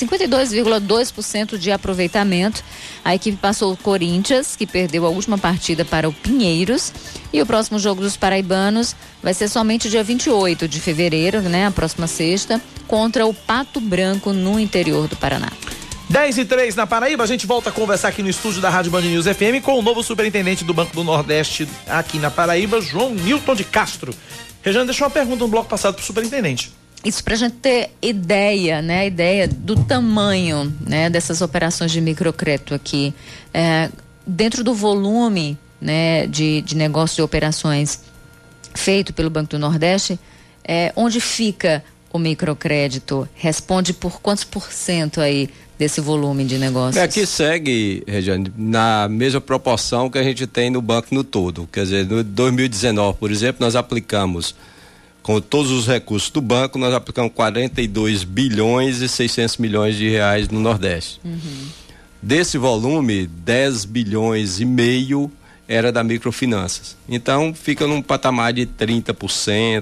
52,2% de aproveitamento. A equipe passou o Corinthians, que perdeu a última partida para o Pinheiros, e o próximo jogo dos paraibanos vai ser somente dia 28 de fevereiro, a próxima sexta, contra o Pato Branco no interior do Paraná. 10h03 na Paraíba, a gente volta a conversar aqui no estúdio da Rádio Band News FM com o novo superintendente do Banco do Nordeste aqui na Paraíba, João Nilton de Castro. Rejane, deixou uma pergunta no bloco passado para o superintendente. Isso para a gente ter ideia, a ideia do tamanho, dessas operações de microcrédito aqui. Dentro do volume, de negócio de operações feito pelo Banco do Nordeste, onde fica o microcrédito? Responde por quantos % aí desse volume de negócios? Aqui segue, Regiane, na mesma proporção que a gente tem no banco no todo. Quer dizer, no 2019, por exemplo, nós aplicamos, com todos os recursos do banco, nós aplicamos 42 bilhões e 600 milhões de reais no Nordeste. Desse volume, 10 bilhões e meio era da microfinanças. Então, fica num patamar de 30%,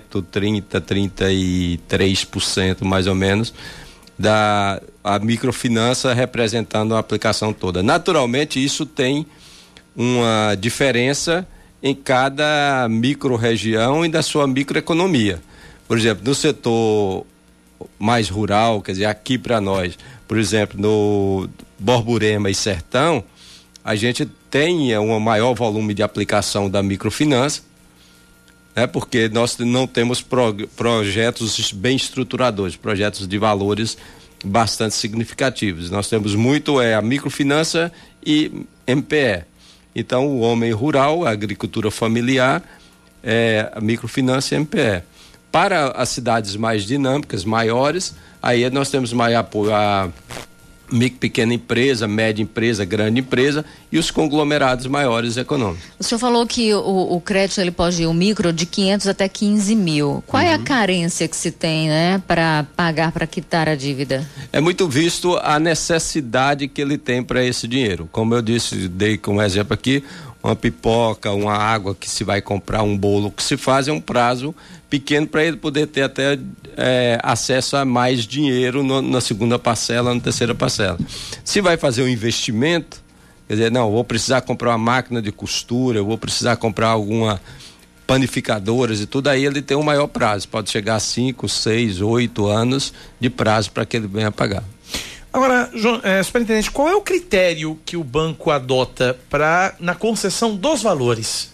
33% mais ou menos, da a microfinança representando a aplicação toda. Naturalmente, isso tem uma diferença em cada micro-região e da sua microeconomia. Por exemplo, no setor mais rural, quer dizer, aqui para nós, por exemplo, no Borborema e Sertão, a gente tem um maior volume de aplicação da microfinança, porque nós não temos projetos bem estruturadores, projetos de valores bastante significativos. Nós temos muito a microfinança e MPE. Então, o homem rural, a agricultura familiar, a microfinança e MPE. Para as cidades mais dinâmicas, maiores, aí nós temos mais apoio a micro, pequena empresa, média empresa, grande empresa e os conglomerados maiores econômicos. O senhor falou que o crédito ele pode ir, o micro, de 500 até 15 mil. Qual é a carência que se tem, para pagar, para quitar a dívida? É muito visto a necessidade que ele tem para esse dinheiro. Como eu disse, dei como exemplo aqui, uma pipoca, uma água que se vai comprar, um bolo que se faz, é um prazo pequeno para ele poder ter até acesso a mais dinheiro na segunda parcela, na terceira parcela. Se vai fazer um investimento, quer dizer, não, vou precisar comprar uma máquina de costura, eu vou precisar comprar alguma panificadoras e tudo, aí ele tem um maior prazo, pode chegar a 5, 6, 8 anos de prazo para que ele venha pagar. Agora, João, superintendente, qual é o critério que o banco adota na concessão dos valores?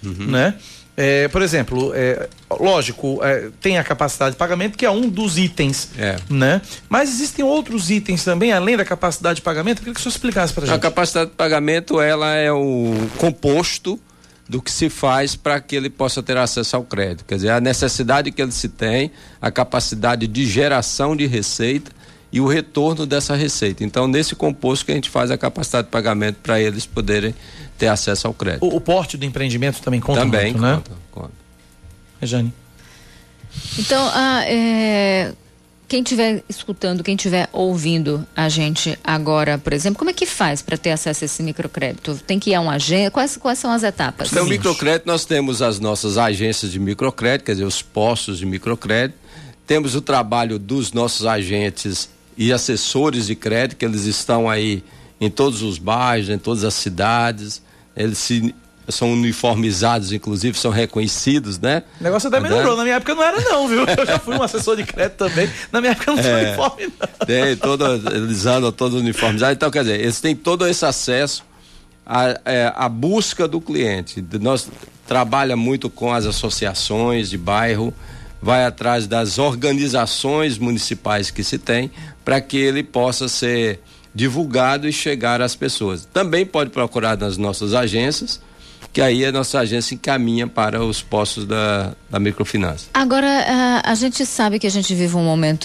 Por exemplo, lógico, tem a capacidade de pagamento, que é um dos itens, mas existem outros itens também, além da capacidade de pagamento. Eu queria que o senhor explicasse para a gente. A capacidade de pagamento, ela é o composto do que se faz para que ele possa ter acesso ao crédito. Quer dizer, a necessidade que ele se tem, a capacidade de geração de receita e o retorno dessa receita. Então, nesse composto que a gente faz a capacidade de pagamento para eles poderem ter acesso ao crédito. O porte do empreendimento também conta também muito, né? Conta. Rejane. Então, quem estiver escutando, quem estiver ouvindo a gente agora, por exemplo, como é que faz para ter acesso a esse microcrédito? Tem que ir a uma agência? Quais são as etapas? Então, o microcrédito, nós temos as nossas agências de microcrédito, quer dizer, os postos de microcrédito. Temos o trabalho dos nossos agentes e assessores de crédito, que eles estão aí em todos os bairros, em todas as cidades. Eles são uniformizados, inclusive, são reconhecidos, né? O negócio até melhorou. Na minha época não era não, viu? Eu já fui um assessor de crédito também. Na minha época não tinha uniforme, não. Eles andam todos uniformizados. Então, quer dizer, eles têm todo esse acesso à busca do cliente. Nós trabalhamos muito com as associações de bairro, vai atrás das organizações municipais que se tem, para que ele possa ser divulgado e chegar às pessoas. Também pode procurar nas nossas agências, que aí a nossa agência encaminha para os postos da microfinança. Agora, a gente sabe que a gente vive um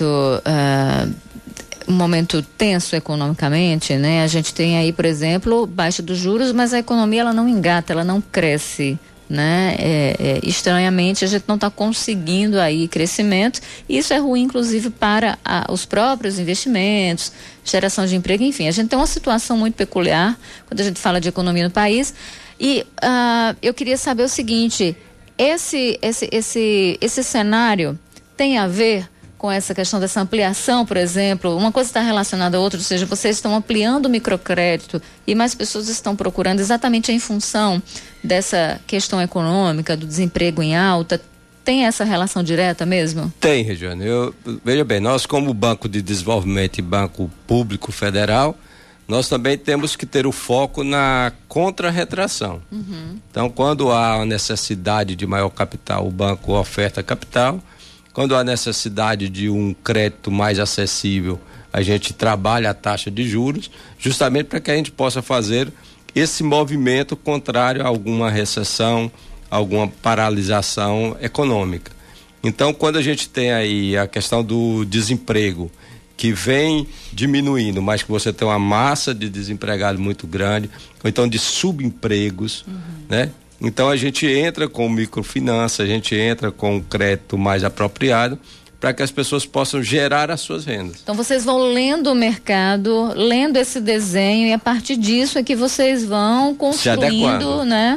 momento tenso economicamente, né? A gente tem aí, por exemplo, baixa dos juros, mas a economia ela não engata, ela não cresce, né? Estranhamente a gente não está conseguindo aí crescimento, e isso é ruim inclusive para os próprios investimentos, geração de emprego, enfim, a gente tem uma situação muito peculiar quando a gente fala de economia no país. E eu queria saber o seguinte, esse cenário tem a ver com essa questão dessa ampliação, por exemplo, uma coisa está relacionada à outra, ou seja, vocês estão ampliando o microcrédito e mais pessoas estão procurando exatamente em função dessa questão econômica, do desemprego em alta. Tem essa relação direta mesmo? Tem, Regiane. Veja bem, nós como Banco de Desenvolvimento e Banco Público Federal, nós também temos que ter o foco na contra-retração. Então, quando há necessidade de maior capital, o banco oferta capital. Quando há necessidade de um crédito mais acessível, a gente trabalha a taxa de juros, justamente para que a gente possa fazer esse movimento contrário a alguma recessão, alguma paralisação econômica. Então, quando a gente tem aí a questão do desemprego, que vem diminuindo, mas que você tem uma massa de desempregados muito grande, ou então de subempregos, né? Então a gente entra com microfinança, a gente entra com um crédito mais apropriado para que as pessoas possam gerar as suas rendas. Então vocês vão lendo o mercado, lendo esse desenho, e a partir disso é que vocês vão construindo, né,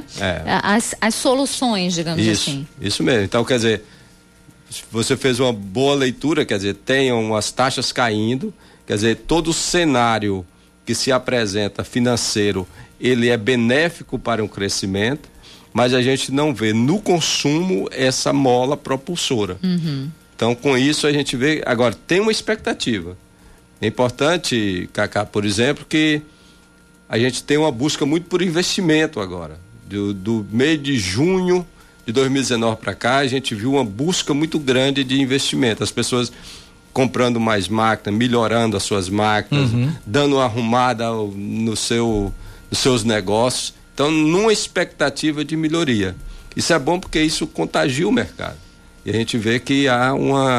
as soluções, digamos assim. Isso mesmo. Então, quer dizer, você fez uma boa leitura, quer dizer, tem as taxas caindo, quer dizer, todo o cenário que se apresenta financeiro, ele é benéfico para um crescimento, mas a gente não vê no consumo essa mola propulsora. Então, com isso a gente vê, agora tem uma expectativa. É importante, Cacá, por exemplo, que a gente tem uma busca muito por investimento agora. Do mês de junho de 2019 para cá, a gente viu uma busca muito grande de investimento. As pessoas comprando mais máquinas, melhorando as suas máquinas, dando uma arrumada nos seus negócios. Então, numa expectativa de melhoria. Isso é bom porque isso contagia o mercado. E a gente vê que há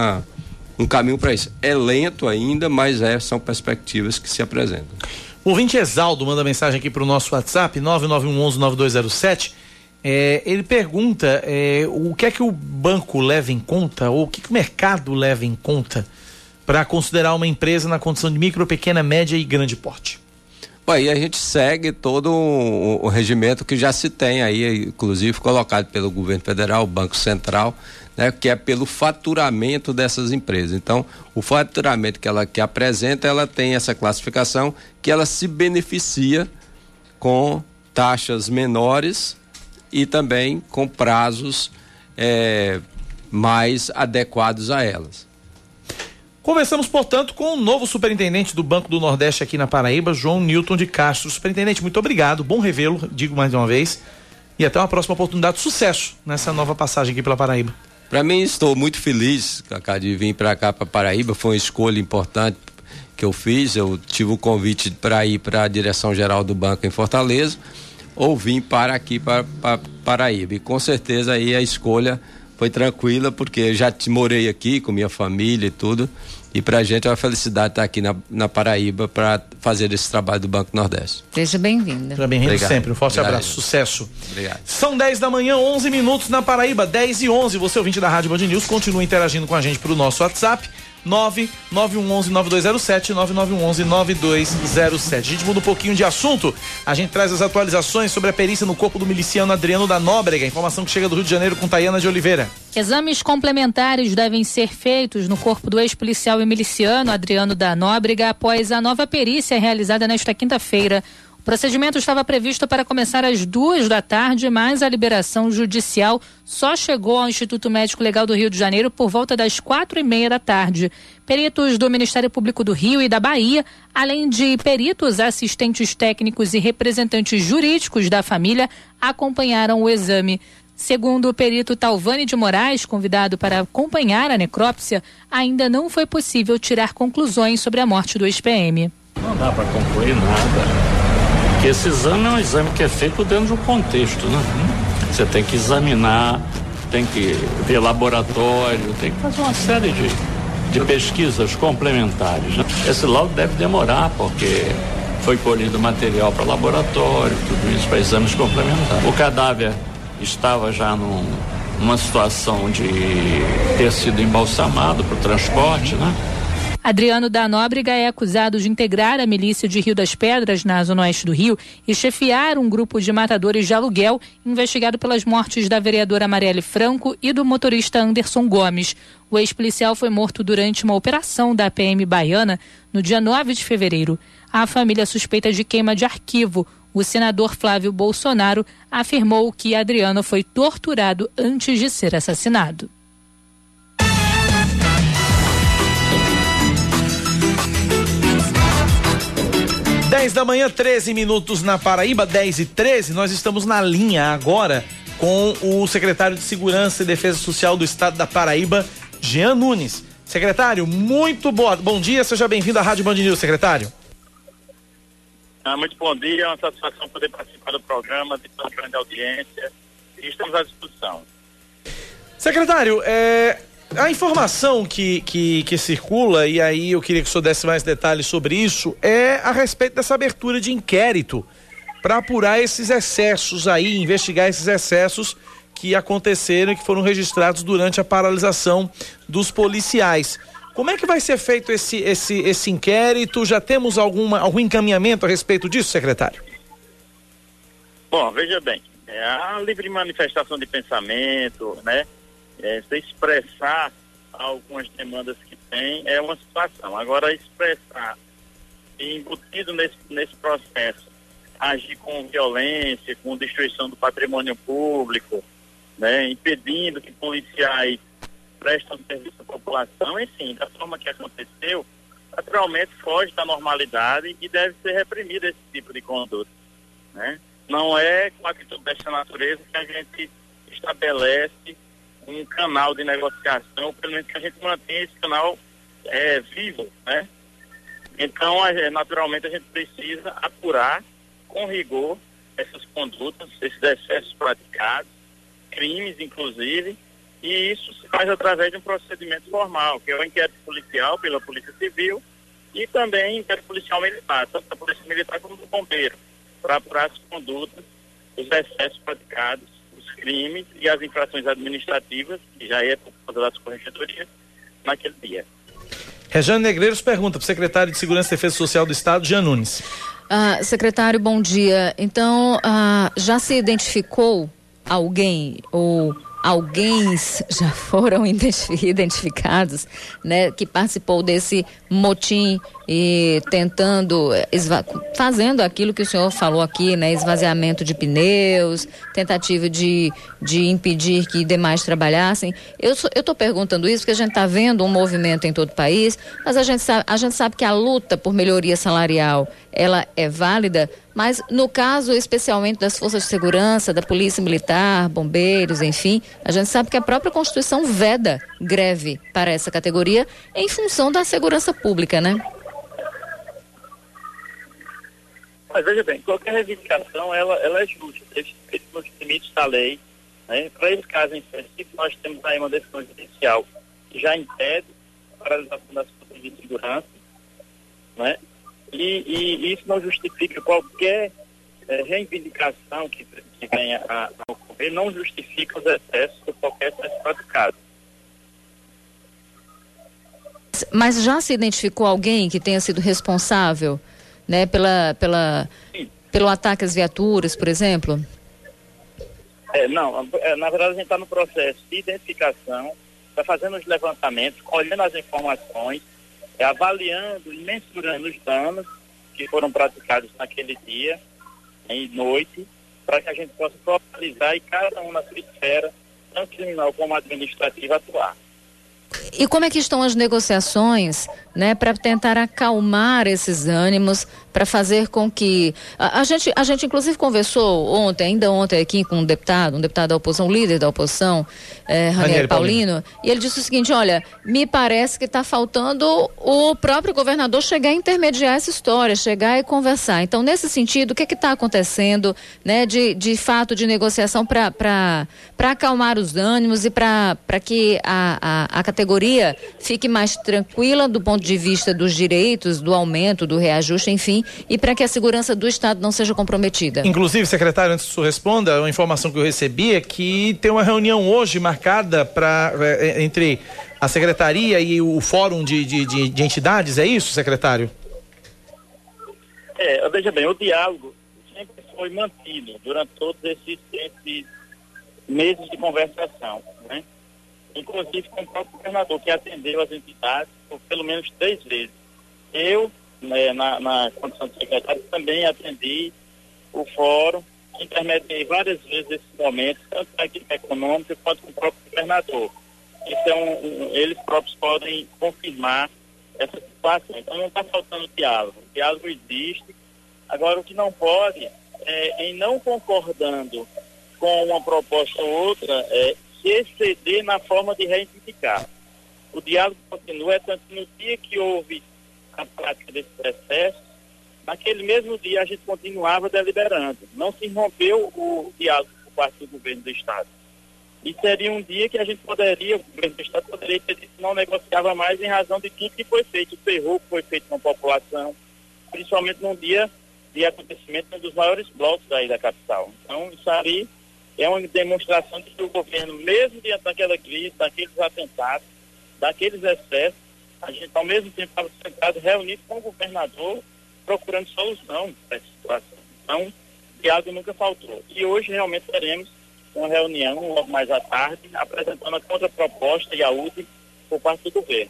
um caminho para isso. É lento ainda, mas são perspectivas que se apresentam. O ouvinte Exaldo manda mensagem aqui para o nosso WhatsApp, 991119207. Ele pergunta o que é que o banco leva em conta, ou o que o mercado leva em conta para considerar uma empresa na condição de micro, pequena, média e grande porte. Aí a gente segue todo o regimento que já se tem aí, inclusive colocado pelo governo federal, o Banco Central, né, que é pelo faturamento dessas empresas. Então, o faturamento que apresenta, ela tem essa classificação que ela se beneficia com taxas menores e também com prazos mais adequados a elas. Conversamos, portanto, com o novo superintendente do Banco do Nordeste aqui na Paraíba, João Newton de Castro. Superintendente, muito obrigado, bom revê-lo, digo mais uma vez, e até uma próxima oportunidade de sucesso nessa nova passagem aqui pela Paraíba. Para mim, estou muito feliz, Cacá, de vir para cá, para Paraíba. Foi uma escolha importante que eu fiz. Eu tive o convite para ir para a direção-geral do banco em Fortaleza, ou vim para aqui, para Paraíba. E com certeza aí a escolha foi tranquila, porque eu já morei aqui com minha família e tudo, e pra gente é uma felicidade estar aqui na Paraíba para fazer esse trabalho do Banco Nordeste. Seja bem-vinda. Seja bem-vindo sempre, um forte abraço, sucesso. Obrigado. São 10 da manhã, 11 minutos na Paraíba, 10h11, você ouvinte da Rádio Band News, continua interagindo com a gente pro nosso WhatsApp, 99111-9207, 9911-9207. A gente muda um pouquinho de assunto, a gente traz as atualizações sobre a perícia no corpo do miliciano Adriano da Nóbrega, informação que chega do Rio de Janeiro com Tayana de Oliveira. Exames complementares devem ser feitos no corpo do ex-policial e miliciano Adriano da Nóbrega após a nova perícia realizada nesta quinta-feira. O procedimento estava previsto para começar às 14h, mas a liberação judicial só chegou ao Instituto Médico Legal do Rio de Janeiro por volta das 16h30. Peritos do Ministério Público do Rio e da Bahia, além de peritos, assistentes técnicos e representantes jurídicos da família, acompanharam o exame. Segundo o perito Talvani de Moraes, convidado para acompanhar a necrópsia, ainda não foi possível tirar conclusões sobre a morte do ex-PM. Não dá para concluir nada. Porque esse exame é um exame que é feito dentro de um contexto, né? Você tem que examinar, tem que ver laboratório, tem que fazer uma série de pesquisas complementares, né? Esse laudo deve demorar, porque foi colhido material para laboratório, tudo isso para exames complementares. O cadáver estava já numa situação de ter sido embalsamado para o transporte, né? Adriano da Nóbrega é acusado de integrar a milícia de Rio das Pedras, na zona oeste do Rio, e chefiar um grupo de matadores de aluguel investigado pelas mortes da vereadora Marielle Franco e do motorista Anderson Gomes. O ex-policial foi morto durante uma operação da PM baiana no dia 9 de fevereiro. A família suspeita de queima de arquivo. O senador Flávio Bolsonaro afirmou que Adriano foi torturado antes de ser assassinado. 10 da manhã, 13 minutos na Paraíba, 10h13, nós estamos na linha agora com o secretário de Segurança e Defesa Social do Estado da Paraíba, Jean Nunes. Secretário, bom dia, seja bem-vindo à Rádio Band News, secretário. Muito bom dia, é uma satisfação poder participar do programa, de tão grande audiência, e estamos à disposição. Secretário, a informação que circula, e aí eu queria que o senhor desse mais detalhes sobre isso, é a respeito dessa abertura de inquérito para apurar esses excessos aí, investigar esses excessos que aconteceram e que foram registrados durante a paralisação dos policiais. Como é que vai ser feito esse inquérito? Já temos algum encaminhamento a respeito disso, secretário? Bom, veja bem, a livre manifestação de pensamento, né? Se expressar algumas demandas que tem é uma situação. Agora, expressar e embutido nesse processo, agir com violência, com destruição do patrimônio público, né? Impedindo que policiais prestam serviço à população, enfim, da forma que aconteceu, naturalmente foge da normalidade e deve ser reprimido esse tipo de conduta, né? Não é com atitude dessa natureza que a gente estabelece um canal de negociação, pelo menos que a gente mantenha esse canal vivo, né? Então, naturalmente, a gente precisa apurar com rigor essas condutas, esses excessos praticados, crimes, inclusive, e isso se faz através de um procedimento formal, que é o inquérito policial pela Polícia Civil e também inquérito policial militar, tanto da Polícia Militar como do Bombeiro, para apurar as condutas, os excessos praticados, os crimes e as infrações administrativas, que já é por causa das corregedorias, naquele dia. Rejane Negreiros pergunta para o secretário de Segurança e Defesa Social do Estado, Jean Nunes. Secretário, bom dia. Então, já se identificou alguém ou alguém já foram identificados, né, que participou desse motim e tentando, fazendo aquilo que o senhor falou aqui, né, esvaziamento de pneus, tentativa de impedir que demais trabalhassem. Eu estou perguntando isso porque a gente está vendo um movimento em todo o país, mas a gente sabe que a luta por melhoria salarial, ela é válida, mas no caso especialmente das forças de segurança, da polícia militar, bombeiros, enfim, a gente sabe que a própria Constituição veda greve para essa categoria em função da segurança pública, né? Mas veja bem, qualquer reivindicação, ela é justa, nos limites da lei, Né? Para esse caso em específico, nós temos aí uma decisão judicial que já impede a paralisação das forças de segurança, né? E isso não justifica qualquer reivindicação que venha a ocorrer, não justifica os excessos ou qualquer excesso praticado. Mas já se identificou alguém que tenha sido responsável, né, pelo ataque às viaturas, por exemplo? Na verdade a gente está no processo de identificação, está fazendo os levantamentos, colhendo as informações, avaliando e mensurando os danos que foram praticados naquele dia e noite, para que a gente possa focalizar e cada um na sua esfera, tanto criminal como administrativa, atuar. E como é que estão as negociações, né, para tentar acalmar esses ânimos, para fazer com que... A gente inclusive conversou ainda ontem aqui com um deputado da oposição, líder da oposição, Ranieri Paulino, e ele disse o seguinte: olha, me parece que está faltando o próprio governador chegar a intermediar essa história, chegar e conversar. Então, nesse sentido, o que está acontecendo, né, de fato de negociação para acalmar os ânimos e para que a categoria fique mais tranquila do ponto de vista dos direitos, do aumento, do reajuste, enfim, e para que a segurança do Estado não seja comprometida? Inclusive, secretário, antes que o senhor responda, uma informação que eu recebi é que tem uma reunião hoje marcada entre a secretaria e o fórum de entidades, é isso, secretário? Veja bem, o diálogo sempre foi mantido durante todos esses meses de conversação, né? Inclusive com o próprio governador, que atendeu as entidades por pelo menos 3 vezes. Eu, né, na condição de secretário, também atendi o fórum, intermediei várias vezes esses momentos, tanto na equipe econômica quanto com o próprio governador. Então, eles próprios podem confirmar essa situação. Então, não está faltando diálogo. O diálogo existe. Agora, o que não pode em não concordando com uma proposta ou outra, se exceder na forma de reivindicar. O diálogo continua, tanto no dia que houve a prática desse processo, naquele mesmo dia a gente continuava deliberando. Não se rompeu o diálogo por parte do governo do Estado. E seria um dia que o governo do Estado poderia ter dito que não negociava mais em razão de tudo que foi feito, o terror que foi feito com a população, principalmente num dia de acontecimento de um dos maiores blocos aí da capital. Então, isso aí é uma demonstração de que o governo, mesmo diante daquela crise, daqueles atentados, daqueles excessos, a gente ao mesmo tempo estava sentado, reunido com o governador, procurando solução para essa situação. Então, o diálogo nunca faltou. E hoje realmente teremos uma reunião, logo mais à tarde, apresentando a contraproposta e a última por parte do governo.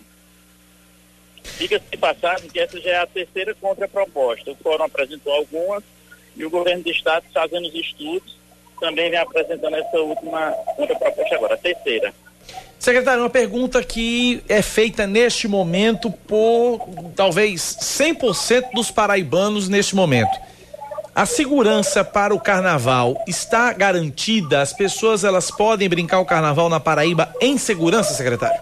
Diga-se de passagem que essa já é a 3ª contraproposta. O fórum apresentou algumas e o governo do Estado, fazendo os estudos, também vem apresentando essa última contraproposta agora, a 3ª. Secretário, uma pergunta que é feita neste momento por talvez 100% dos paraibanos neste momento. A segurança para o carnaval está garantida? As pessoas elas podem brincar o carnaval na Paraíba em segurança, secretário?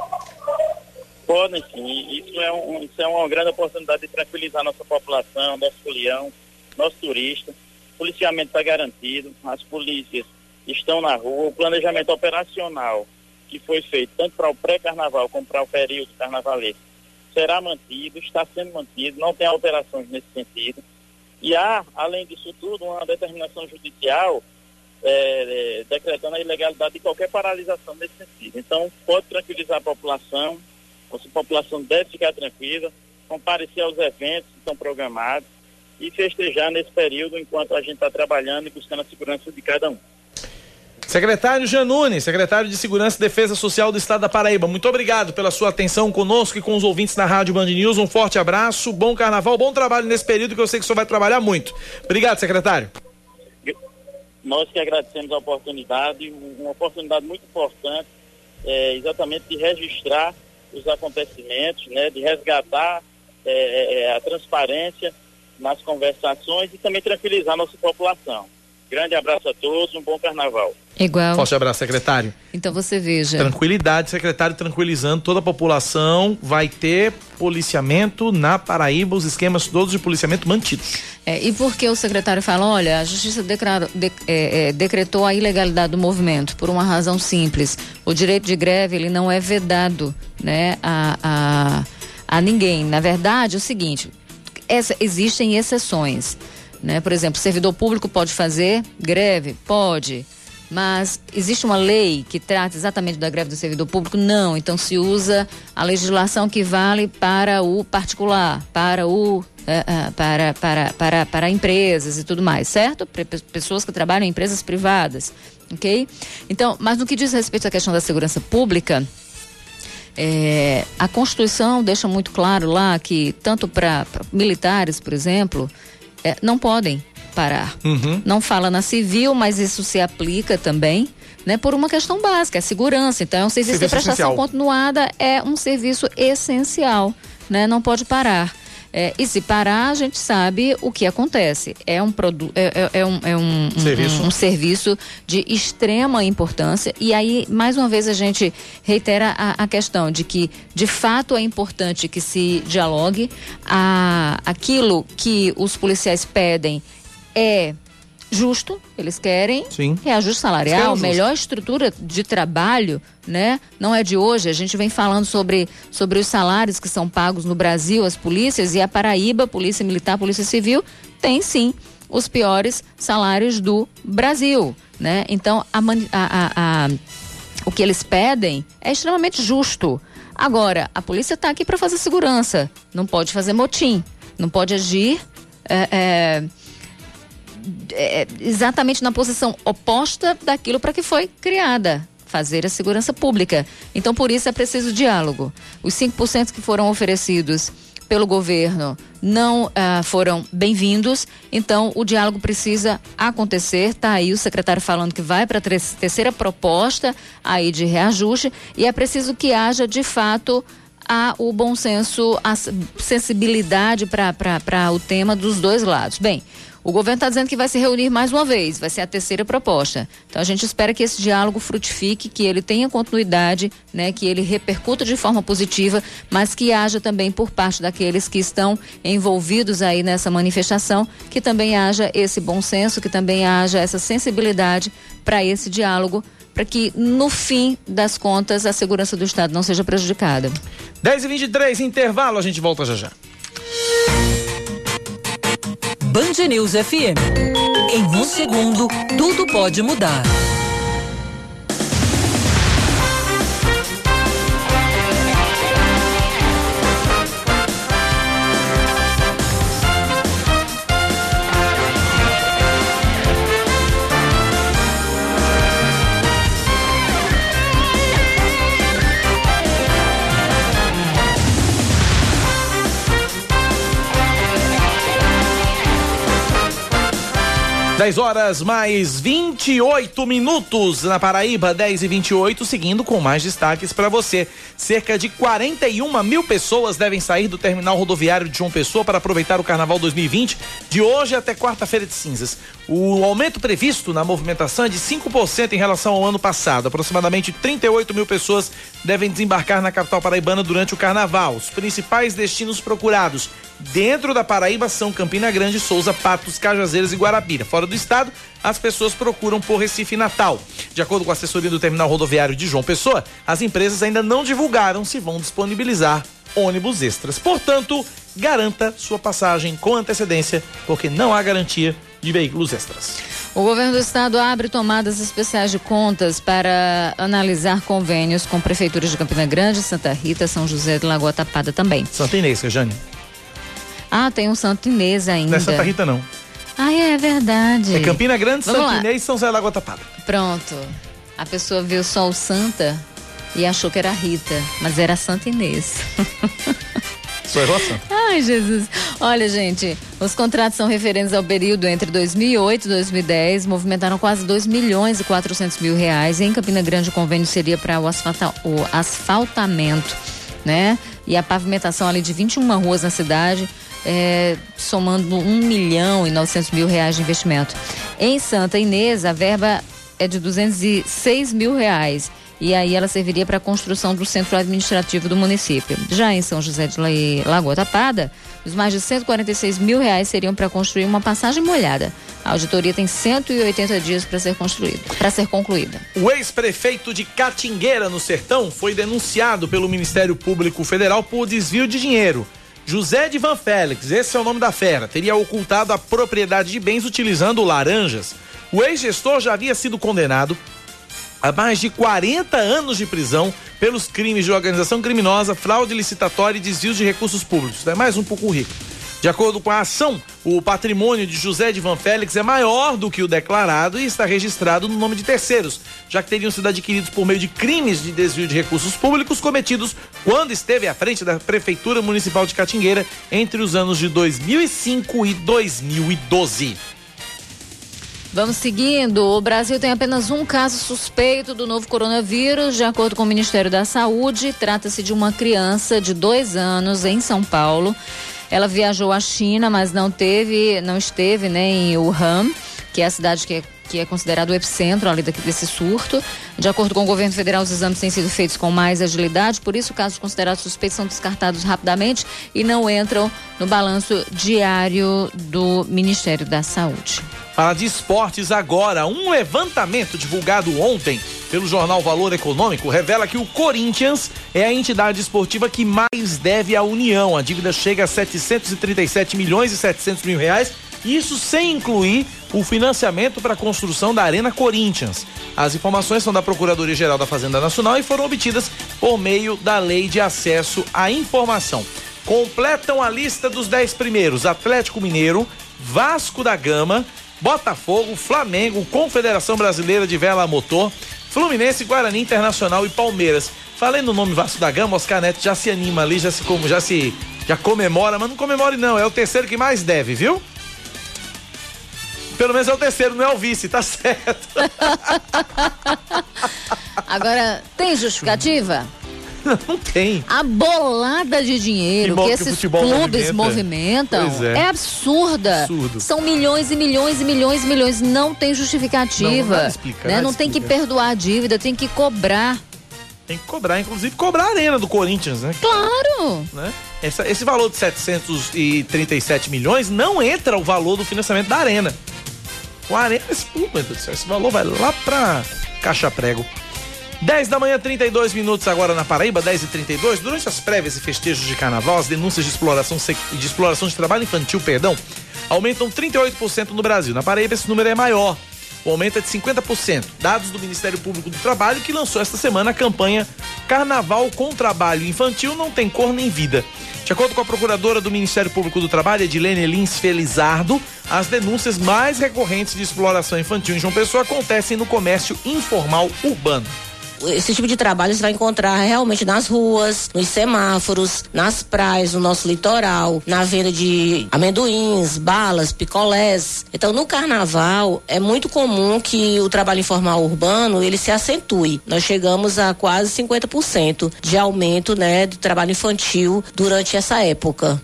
Podem sim. Isso é uma grande oportunidade de tranquilizar nossa população, nosso folião, nosso turista. O policiamento está garantido, as polícias estão na rua, o planejamento operacional que foi feito tanto para o pré-carnaval como para o período carnavalesco será mantido, está sendo mantido, não tem alterações nesse sentido. E há, além disso tudo, uma determinação judicial decretando a ilegalidade de qualquer paralisação nesse sentido. Então, pode tranquilizar a população deve ficar tranquila, comparecer aos eventos que estão programados e festejar nesse período enquanto a gente está trabalhando e buscando a segurança de cada um. Secretário Jean Nunes, secretário de Segurança e Defesa Social do Estado da Paraíba, muito obrigado pela sua atenção conosco e com os ouvintes da Rádio Band News. Um forte abraço, bom carnaval, bom trabalho nesse período que eu sei que o senhor vai trabalhar muito. Obrigado, secretário. Nós que agradecemos a oportunidade, uma oportunidade muito importante, exatamente de registrar os acontecimentos, né, de resgatar a transparência nas conversações e também tranquilizar a nossa população. Grande abraço a todos, um bom carnaval. Igual. Forte abraço, secretário. Então você veja. Tranquilidade, secretário, tranquilizando toda a população. Vai ter policiamento na Paraíba, os esquemas todos de policiamento mantidos. E porque o secretário fala, olha, a justiça decretou a ilegalidade do movimento por uma razão simples. O direito de greve, ele não é vedado, né, a ninguém. Na verdade, é o seguinte, existem exceções, né? Por exemplo, servidor público pode fazer greve? Pode. Mas existe uma lei que trata exatamente da greve do servidor público? Não. Então se usa a legislação que vale para o particular, para para empresas e tudo mais, certo? Pessoas que trabalham em empresas privadas, ok? Então, mas no que diz respeito à questão da segurança pública, a Constituição deixa muito claro lá que tanto para militares, por exemplo, não podem parar. Não fala na civil, mas isso se aplica também, né, por uma questão básica, é segurança. Então é um serviço de prestação essencial. Continuada, é um serviço essencial, né, não pode parar. E se parar, a gente sabe o que acontece. É um serviço de extrema importância. E aí, mais uma vez, a gente reitera a questão de que, de fato, é importante que se dialogue. Aquilo que os policiais pedem é justo, eles querem reajuste salarial, melhor estrutura de trabalho, né? Não é de hoje, a gente vem falando sobre os salários que são pagos no Brasil, as polícias, e a Paraíba, Polícia Militar, Polícia Civil, tem sim os piores salários do Brasil, né? Então, o que eles pedem é extremamente justo. Agora, a polícia está aqui para fazer segurança, não pode fazer motim, não pode agir exatamente na posição oposta daquilo para que foi criada, fazer a segurança pública. Então, por isso é preciso diálogo. Os 5% que foram oferecidos pelo governo não foram bem-vindos, então o diálogo precisa acontecer. Está aí o secretário falando que vai para a terceira proposta aí de reajuste, e é preciso que haja de fato o bom senso, a sensibilidade para o tema dos dois lados. Bem, o governo está dizendo que vai se reunir mais uma vez, vai ser a terceira proposta. Então a gente espera que esse diálogo frutifique, que ele tenha continuidade, né, que ele repercuta de forma positiva, mas que haja também por parte daqueles que estão envolvidos aí nessa manifestação, que também haja esse bom senso, que também haja essa sensibilidade para esse diálogo, para que no fim das contas a segurança do Estado não seja prejudicada. 10h23, intervalo, a gente volta já já. Band News FM. Em um segundo, tudo pode mudar. Dez horas mais 28 minutos na Paraíba, 10h28, seguindo com mais destaques para você. Cerca de 41 mil pessoas devem sair do terminal rodoviário de João Pessoa para aproveitar o Carnaval 2020, de hoje até quarta-feira de cinzas. O aumento previsto na movimentação é de 5% em relação ao ano passado. Aproximadamente 38 mil pessoas devem desembarcar na capital paraibana durante o Carnaval. Os principais destinos procurados dentro da Paraíba são Campina Grande, Souza, Patos, Cajazeiras e Guarabira. Fora do estado, as pessoas procuram por Recife e Natal. De acordo com a assessoria do terminal rodoviário de João Pessoa, as empresas ainda não divulgaram se vão disponibilizar ônibus extras. Portanto, garanta sua passagem com antecedência, porque não há garantia de veículos extras. O governo do estado abre tomadas especiais de contas para analisar convênios com prefeituras de Campina Grande, Santa Rita, São José de Lagoa Tapada também. Santa Inês, Rejane. Tem um Santo Inês ainda. Não é Santa Rita, não. É verdade. É Campina Grande, Santa Inês e São José de Lagoa Tapada. Pronto. A pessoa viu só o Santa e achou que era Rita, mas era Santa Inês. Sua relação. Ai, Jesus. Olha, gente, os contratos são referentes ao período entre 2008 e 2010, movimentaram quase 2.400.000 reais. Em Campina Grande, o convênio seria para o asfaltamento, né? E a pavimentação ali de 21 ruas na cidade, somando 1.900.000 reais de investimento. Em Santa Inês, a verba é de R$206 mil. E aí ela serviria para a construção do centro administrativo do município. Já em São José de Lagoa Tapada, os mais de R$146 mil seriam para construir uma passagem molhada. A auditoria tem 180 dias para ser concluída. O ex-prefeito de Catingueira, no Sertão, foi denunciado pelo Ministério Público Federal por desvio de dinheiro. José de Van Félix, esse é o nome da fera, teria ocultado a propriedade de bens utilizando laranjas. O ex-gestor já havia sido condenado a mais de 40 anos de prisão pelos crimes de organização criminosa, fraude licitatória e desvios de recursos públicos. É mais um pouco rico. De acordo com a ação, o patrimônio de José de Van Félix é maior do que o declarado e está registrado no nome de terceiros, já que teriam sido adquiridos por meio de crimes de desvio de recursos públicos cometidos quando esteve à frente da Prefeitura Municipal de Catingueira entre os anos de 2005 e 2012. Vamos seguindo. O Brasil tem apenas um caso suspeito do novo coronavírus. De acordo com o Ministério da Saúde, trata-se de uma criança de 2 anos em São Paulo. Ela viajou à China, mas não esteve em Wuhan, que é a cidade que é considerado o epicentro ali desse surto. De acordo com o governo federal, os exames têm sido feitos com mais agilidade, por isso casos considerados suspeitos são descartados rapidamente e não entram no balanço diário do Ministério da Saúde. Fala de esportes agora. Um levantamento divulgado ontem pelo jornal Valor Econômico revela que o Corinthians é a entidade esportiva que mais deve à União. A dívida chega a 737 milhões e 700 mil reais, isso sem incluir o financiamento para a construção da Arena Corinthians. As informações são da Procuradoria-Geral da Fazenda Nacional e foram obtidas por meio da Lei de Acesso à Informação. Completam a lista dos 10 primeiros: Atlético Mineiro, Vasco da Gama, Botafogo, Flamengo, Confederação Brasileira de Vela a Motor, Fluminense, Guarani, Internacional e Palmeiras. Falei no nome Vasco da Gama, Oscar Neto já se anima ali, já comemora, mas não comemore não, é o terceiro que mais deve, viu? Pelo menos é o terceiro, não é o vice, tá certo. Agora, tem justificativa? Não tem. A bolada de dinheiro que esses clubes movimentam é absurda. Absurdo. São milhões e milhões e milhões e milhões. Não tem justificativa. Não tem que perdoar a dívida, tem que cobrar. Tem que cobrar, inclusive cobrar a Arena do Corinthians, né? Claro! Né? Esse valor de 737 milhões não entra o valor do financiamento da Arena. O Arena, esse valor vai lá pra Caixa Prego. 10 da manhã, 32 minutos agora na Paraíba, 10h32. Durante as prévias e festejos de carnaval, as denúncias de exploração de trabalho infantil, aumentam 38% no Brasil. Na Paraíba esse número é maior. O aumento é de 50%. Dados do Ministério Público do Trabalho, que lançou esta semana a campanha Carnaval com Trabalho Infantil Não Tem Cor Nem Vida. De acordo com a procuradora do Ministério Público do Trabalho, Edilene Lins Felizardo, as denúncias mais recorrentes de exploração infantil em João Pessoa acontecem no comércio informal urbano. Esse tipo de trabalho você vai encontrar realmente nas ruas, nos semáforos, nas praias, no nosso litoral, na venda de amendoins, balas, picolés. Então, no carnaval, é muito comum que o trabalho informal urbano, ele se acentue. Nós chegamos a quase 50% de aumento, do trabalho infantil durante essa época.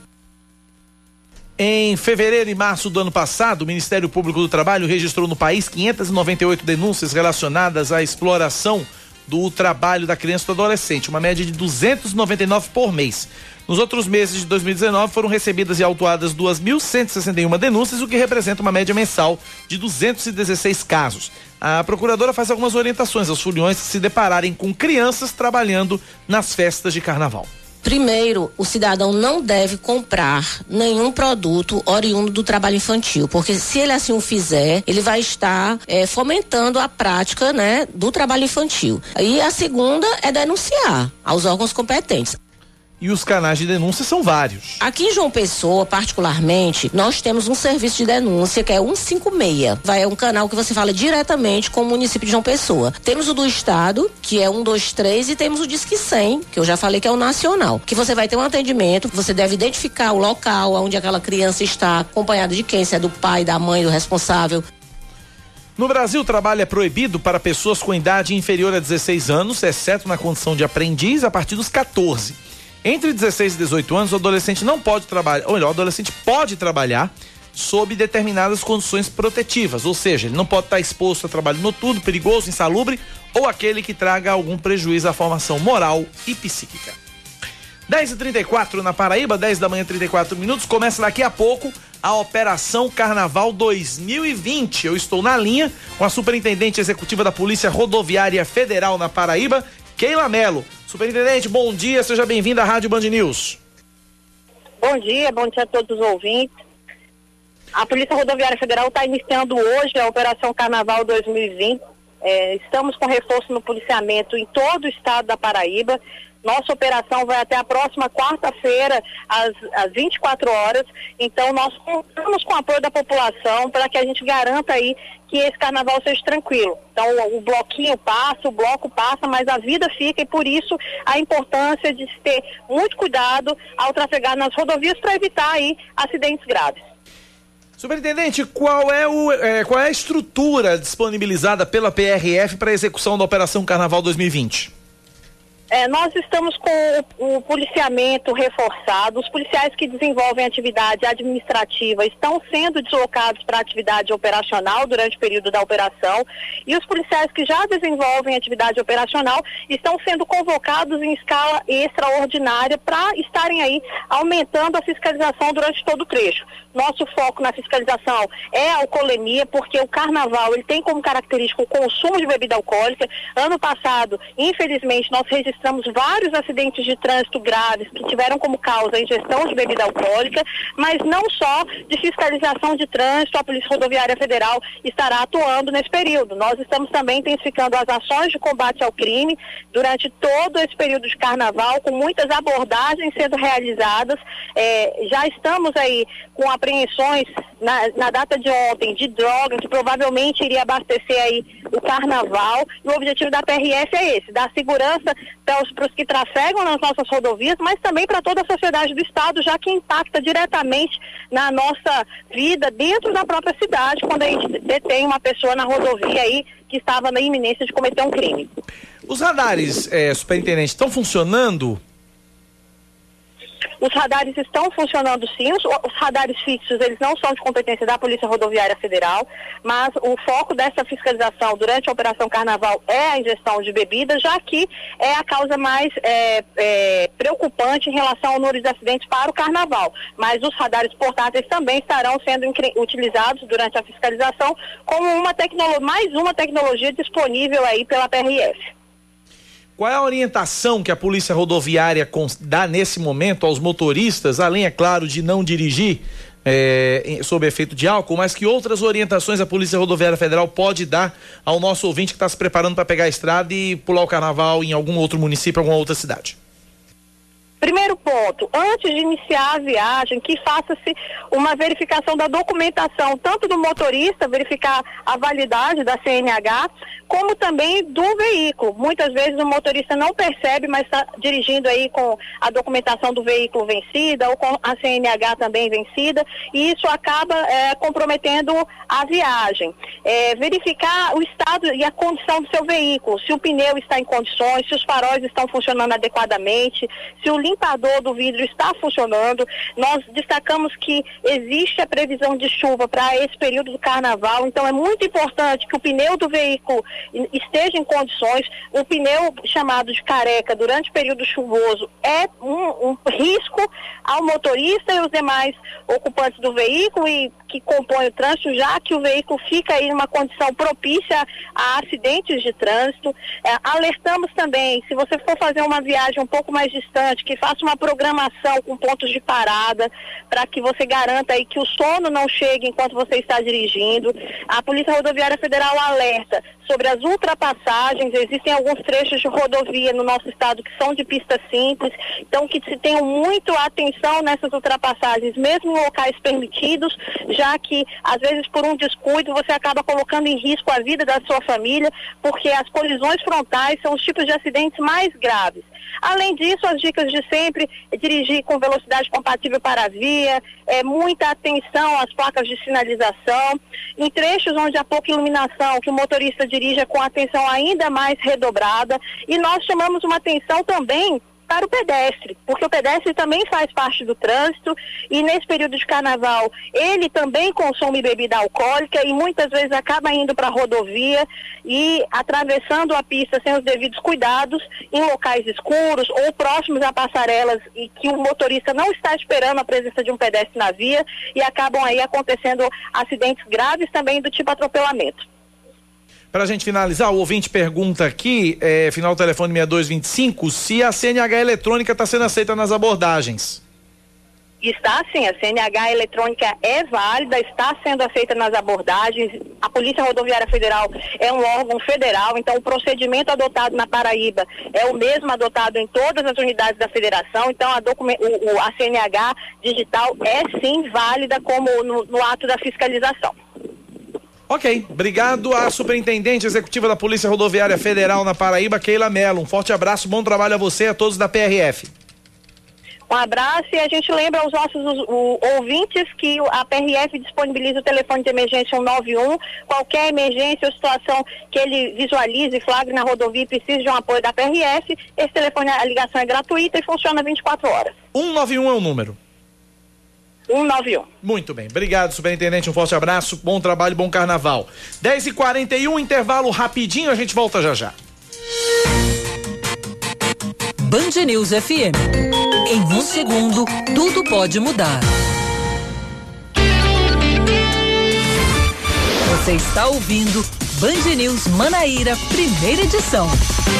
Em fevereiro e março do ano passado, o Ministério Público do Trabalho registrou no país 598 denúncias relacionadas à exploração do trabalho da criança e do adolescente, uma média de 299 por mês. Nos outros meses de 2019 foram recebidas e autuadas 2.161 denúncias, o que representa uma média mensal de 216 casos. A procuradora faz algumas orientações aos foliões que se depararem com crianças trabalhando nas festas de carnaval. Primeiro, o cidadão não deve comprar nenhum produto oriundo do trabalho infantil, porque se ele assim o fizer, ele vai estar fomentando a prática, do trabalho infantil. E a segunda é denunciar aos órgãos competentes. E os canais de denúncia são vários. Aqui em João Pessoa, particularmente, nós temos um serviço de denúncia que é 156. É um canal que você fala diretamente com o município de João Pessoa. Temos o do estado, que é 123, e temos o Disque 100, que eu já falei que é o nacional. Que você vai ter um atendimento, você deve identificar o local onde aquela criança está, acompanhada de quem, se é do pai, da mãe, do responsável. No Brasil, o trabalho é proibido para pessoas com idade inferior a 16 anos, exceto na condição de aprendiz, a partir dos 14. Entre 16 e 18 anos, o adolescente não pode trabalhar, ou melhor, o adolescente pode trabalhar sob determinadas condições protetivas, ou seja, ele não pode estar exposto a trabalho noturno, perigoso, insalubre ou aquele que traga algum prejuízo à formação moral e psíquica. 10h34 na Paraíba, 10 da manhã, 34 minutos, começa daqui a pouco a Operação Carnaval 2020. Eu estou na linha com a Superintendente Executiva da Polícia Rodoviária Federal na Paraíba, Keila Mello. Superintendente, bom dia, seja bem-vinda à Rádio Band News. Bom dia a todos os ouvintes. A Polícia Rodoviária Federal está iniciando hoje a Operação Carnaval 2020. Estamos com reforço no policiamento em todo o estado da Paraíba. Nossa operação vai até a próxima quarta-feira, às 24 horas. Então, nós contamos com o apoio da população para que a gente garanta aí que esse carnaval seja tranquilo. Então, o bloquinho passa, o bloco passa, mas a vida fica, e por isso a importância de se ter muito cuidado ao trafegar nas rodovias para evitar aí acidentes graves. Superintendente, qual é a estrutura disponibilizada pela PRF para a execução da Operação Carnaval 2020? Nós estamos com o policiamento reforçado. Os policiais que desenvolvem atividade administrativa estão sendo deslocados para a atividade operacional durante o período da operação, e os policiais que já desenvolvem atividade operacional estão sendo convocados em escala extraordinária para estarem aí aumentando a fiscalização durante todo o trecho. Nosso foco na fiscalização é a alcoolemia, porque o carnaval ele tem como característica o consumo de bebida alcoólica. Ano passado, infelizmente, nós registramos vários acidentes de trânsito graves que tiveram como causa a ingestão de bebida alcoólica, mas não só de fiscalização de trânsito, a Polícia Rodoviária Federal estará atuando nesse período. Nós estamos também intensificando as ações de combate ao crime durante todo esse período de carnaval, com muitas abordagens sendo realizadas. Já estamos aí com apreensões na data de ontem de droga que provavelmente iria abastecer aí o carnaval, e o objetivo da PRF é esse, dar segurança para os que trafegam nas nossas rodovias, mas também para toda a sociedade do estado, já que impacta diretamente na nossa vida dentro da própria cidade, quando a gente detém uma pessoa na rodovia aí que estava na iminência de cometer um crime. Os radares, superintendente, estão funcionando? Os radares estão funcionando sim, os radares fixos, eles não são de competência da Polícia Rodoviária Federal, mas o foco dessa fiscalização durante a Operação Carnaval é a ingestão de bebidas, já que é a causa mais preocupante em relação ao número de acidentes para o Carnaval. Mas os radares portáteis também estarão sendo utilizados durante a fiscalização como mais uma tecnologia disponível aí pela PRF. Qual é a orientação que a Polícia Rodoviária dá nesse momento aos motoristas, além, é claro, de não dirigir sob efeito de álcool, mas que outras orientações a Polícia Rodoviária Federal pode dar ao nosso ouvinte que está se preparando para pegar a estrada e pular o carnaval em algum outro município, alguma outra cidade? Primeiro ponto, antes de iniciar a viagem, que faça-se uma verificação da documentação, tanto do motorista, verificar a validade da CNH, como também do veículo. Muitas vezes o motorista não percebe, mas está dirigindo aí com a documentação do veículo vencida ou com a CNH também vencida, e isso acaba comprometendo a viagem. Verificar o estado e a condição do seu veículo, se o pneu está em condições, se os faróis estão funcionando adequadamente, se o limpador do vidro está funcionando. Nós destacamos que existe a previsão de chuva para esse período do carnaval, então é muito importante que o pneu do veículo esteja em condições. O pneu chamado de careca durante o período chuvoso é um risco ao motorista e os demais ocupantes do veículo e que compõem o trânsito, já que o veículo fica aí numa condição propícia a acidentes de trânsito. Alertamos também, se você for fazer uma viagem um pouco mais distante, que faça uma programação com pontos de parada, para que você garanta aí que o sono não chegue enquanto você está dirigindo. A Polícia Rodoviária Federal alerta sobre as ultrapassagens. Existem alguns trechos de rodovia no nosso estado que são de pista simples, então que se tenham muito atenção nessas ultrapassagens, mesmo em locais permitidos, já que às vezes por um descuido você acaba colocando em risco a vida da sua família, porque as colisões frontais são os tipos de acidentes mais graves. Além disso, as dicas de sempre, dirigir com velocidade compatível para a via, muita atenção às placas de sinalização, em trechos onde há pouca iluminação, que o motorista dirija com atenção ainda mais redobrada, e nós chamamos uma atenção também para o pedestre, porque o pedestre também faz parte do trânsito e nesse período de carnaval ele também consome bebida alcoólica e muitas vezes acaba indo para a rodovia e atravessando a pista sem os devidos cuidados em locais escuros ou próximos a passarelas e que o motorista não está esperando a presença de um pedestre na via e acabam aí acontecendo acidentes graves também do tipo atropelamento. Pra gente finalizar, o ouvinte pergunta aqui, final do telefone 6225, se a CNH eletrônica está sendo aceita nas abordagens. Está sim, a CNH eletrônica é válida, está sendo aceita nas abordagens. A Polícia Rodoviária Federal é um órgão federal, então o procedimento adotado na Paraíba é o mesmo adotado em todas as unidades da federação, então a CNH digital é sim válida como no ato da fiscalização. Ok, obrigado à Superintendente Executiva da Polícia Rodoviária Federal na Paraíba, Keila Mello. Um forte abraço, bom trabalho a você e a todos da PRF. Um abraço e a gente lembra aos nossos ouvintes que a PRF disponibiliza o telefone de emergência 191, qualquer emergência ou situação que ele visualize, flagre na rodovia e precise de um apoio da PRF, esse telefone, a ligação é gratuita e funciona 24 horas. 191 é o número. 191. Muito bem, obrigado, Superintendente, um forte abraço, bom trabalho, bom carnaval. 10h41, intervalo rapidinho, a gente volta já já. Band News FM. Em um segundo, tudo pode mudar. Você está ouvindo Band News Manaíra, primeira edição.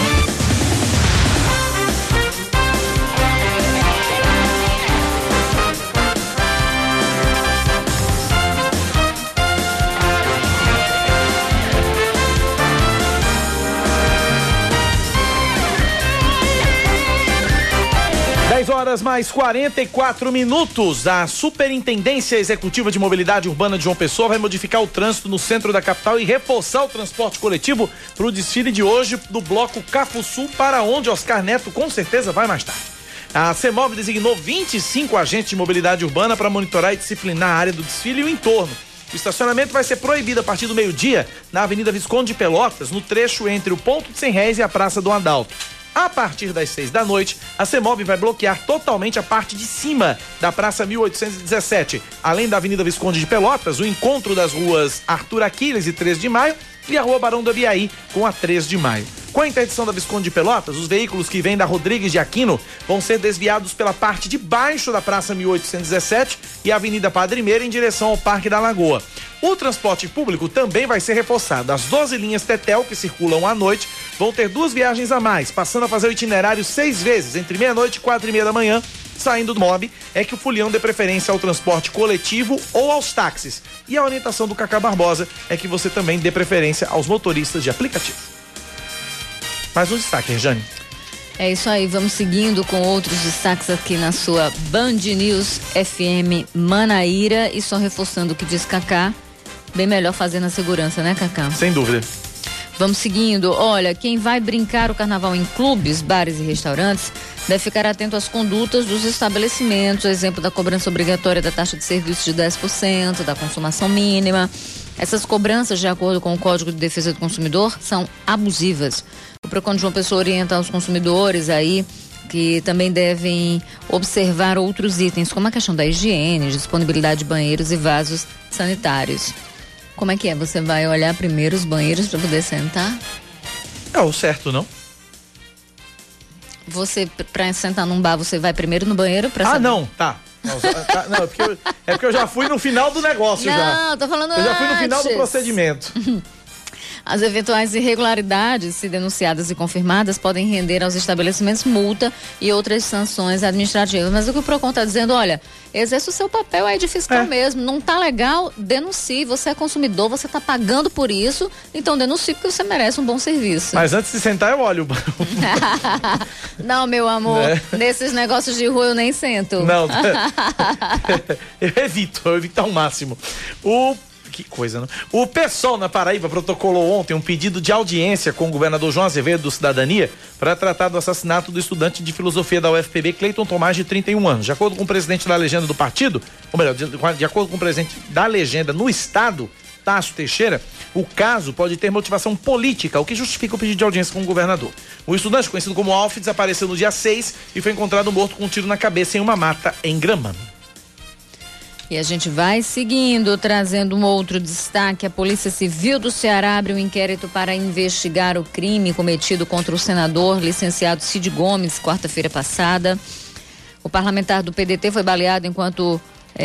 Horas mais 44 minutos. A Superintendência Executiva de Mobilidade Urbana de João Pessoa vai modificar o trânsito no centro da capital e reforçar o transporte coletivo para o desfile de hoje do bloco Cafuçu, para onde Oscar Neto com certeza vai mais tarde. A CEMOB designou 25 agentes de mobilidade urbana para monitorar e disciplinar a área do desfile e o entorno. O estacionamento vai ser proibido a partir do meio-dia na Avenida Visconde de Pelotas, no trecho entre o Ponto de 100 Réis e a Praça do Adalto. A partir das 6 da noite, a CEMOB vai bloquear totalmente a parte de cima da Praça 1817, além da Avenida Visconde de Pelotas, o encontro das ruas Arthur Aquiles e 3 de Maio e a Rua Barão do Abiaí com a 3 de Maio. Com a interdição da Visconde de Pelotas, os veículos que vêm da Rodrigues de Aquino vão ser desviados pela parte de baixo da Praça 1817 e a Avenida Padre Meira em direção ao Parque da Lagoa. O transporte público também vai ser reforçado. As 12 linhas Tetel que circulam à noite vão ter 2 viagens a mais, passando a fazer o itinerário 6 vezes, entre meia-noite e 4h30 da manhã. Saindo do MOB, é que o folião dê preferência ao transporte coletivo ou aos táxis. E a orientação do Cacá Barbosa é que você também dê preferência aos motoristas de aplicativo. Mais um destaque, Rejane. É isso aí, vamos seguindo com outros destaques aqui na sua Band News FM Manaíra. E só reforçando o que diz Cacá, bem melhor fazer na segurança, né, Cacá? Sem dúvida. Vamos seguindo. Olha, quem vai brincar o carnaval em clubes, bares e restaurantes deve ficar atento às condutas dos estabelecimentos, exemplo da cobrança obrigatória da taxa de serviço de 10%, da consumação mínima. Essas cobranças, de acordo com o Código de Defesa do Consumidor, são abusivas. O PROCON de João Pessoa orienta os consumidores aí que também devem observar outros itens, como a questão da higiene, disponibilidade de banheiros e vasos sanitários. Como é que é? Você vai olhar primeiro os banheiros para poder sentar? É o certo, não? Você, para sentar num bar, você vai primeiro no banheiro para saber? Não, tá. Não, é porque eu já fui no final do negócio. Não, tô falando eu já fui no final do procedimento. As eventuais irregularidades, se denunciadas e confirmadas, podem render aos estabelecimentos multa e outras sanções administrativas. Mas o que o PROCON está dizendo, olha, exerce o seu papel aí de fiscal mesmo. Não tá legal, denuncie. Você é consumidor, você tá pagando por isso, então denuncie porque você merece um bom serviço. Mas antes de sentar eu olho. Não, meu amor, nesses negócios de rua eu nem sento. Não, eu evito ao máximo. Que coisa, né? O PSOL na Paraíba protocolou ontem um pedido de audiência com o governador João Azevedo do Cidadania para tratar do assassinato do estudante de filosofia da UFPB, Cleiton Tomás, de 31 anos. De acordo com o presidente da legenda do partido, ou melhor, de acordo com o presidente da legenda no estado, Anastácio Teixeira, o caso pode ter motivação política, o que justifica o pedido de audiência com o governador. O estudante, conhecido como Alf, desapareceu no dia 6 e foi encontrado morto com um tiro na cabeça em uma mata em Gramame. E a gente vai seguindo, trazendo um outro destaque. A Polícia Civil do Ceará abre um inquérito para investigar o crime cometido contra o senador licenciado Cid Gomes, quarta-feira passada. O parlamentar do PDT foi baleado enquanto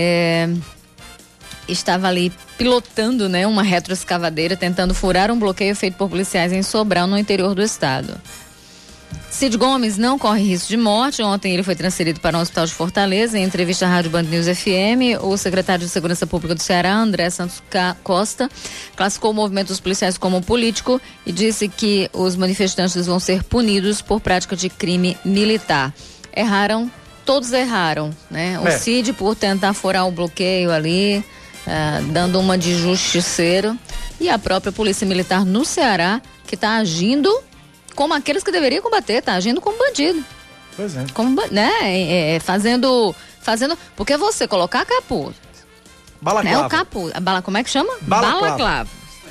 estava ali pilotando, né, uma retroescavadeira, tentando furar um bloqueio feito por policiais em Sobral, no interior do estado. Cid Gomes não corre risco de morte. Ontem ele foi transferido para um hospital de Fortaleza. Em entrevista à Rádio Band News FM, o secretário de Segurança Pública do Ceará, André Santos Costa, classificou o movimento dos policiais como político e disse que os manifestantes vão ser punidos por prática de crime militar. Todos erraram, né? O Cid por tentar furar o bloqueio ali, dando uma de justiceiro, e a própria Polícia Militar no Ceará, que está agindo como aqueles que deveriam combater, tá agindo como bandido. Pois é. Fazendo, porque você colocar capuz. Balaclava. Né, o capuz, como é que chama? Balaclava.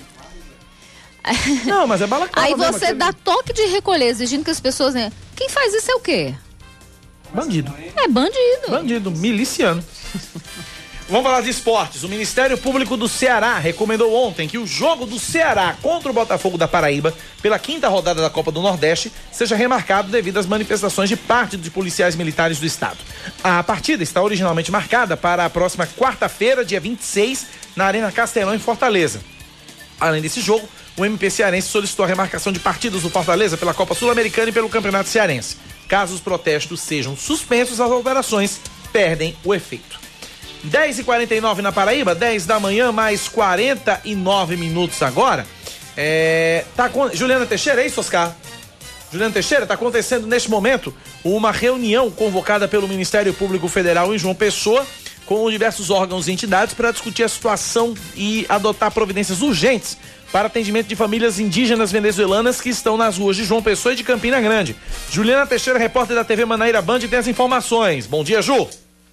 Não, mas é balaclava. Aí mesmo, você dá toque de recolher, exigindo que as pessoas, né? Quem faz isso é o quê? Bandido. É bandido. Bandido, miliciano. Vamos falar de esportes. O Ministério Público do Ceará recomendou ontem que o jogo do Ceará contra o Botafogo da Paraíba, pela 5ª rodada da Copa do Nordeste, seja remarcado devido às manifestações de parte dos policiais militares do estado. A partida está originalmente marcada para a próxima quarta-feira, dia 26, na Arena Castelão, em Fortaleza. Além desse jogo, o MP cearense solicitou a remarcação de partidas do Fortaleza pela Copa Sul-Americana e pelo Campeonato Cearense. Caso os protestos sejam suspensos, as alterações perdem o efeito. 10h49 na Paraíba, 10 da manhã, mais 49 minutos agora. Juliana Teixeira, é isso, Oscar? Juliana Teixeira, está acontecendo neste momento uma reunião convocada pelo Ministério Público Federal em João Pessoa, com diversos órgãos e entidades para discutir a situação e adotar providências urgentes para atendimento de famílias indígenas venezuelanas que estão nas ruas de João Pessoa e de Campina Grande. Juliana Teixeira, repórter da TV Manaíra Band, tem as informações. Bom dia, Ju.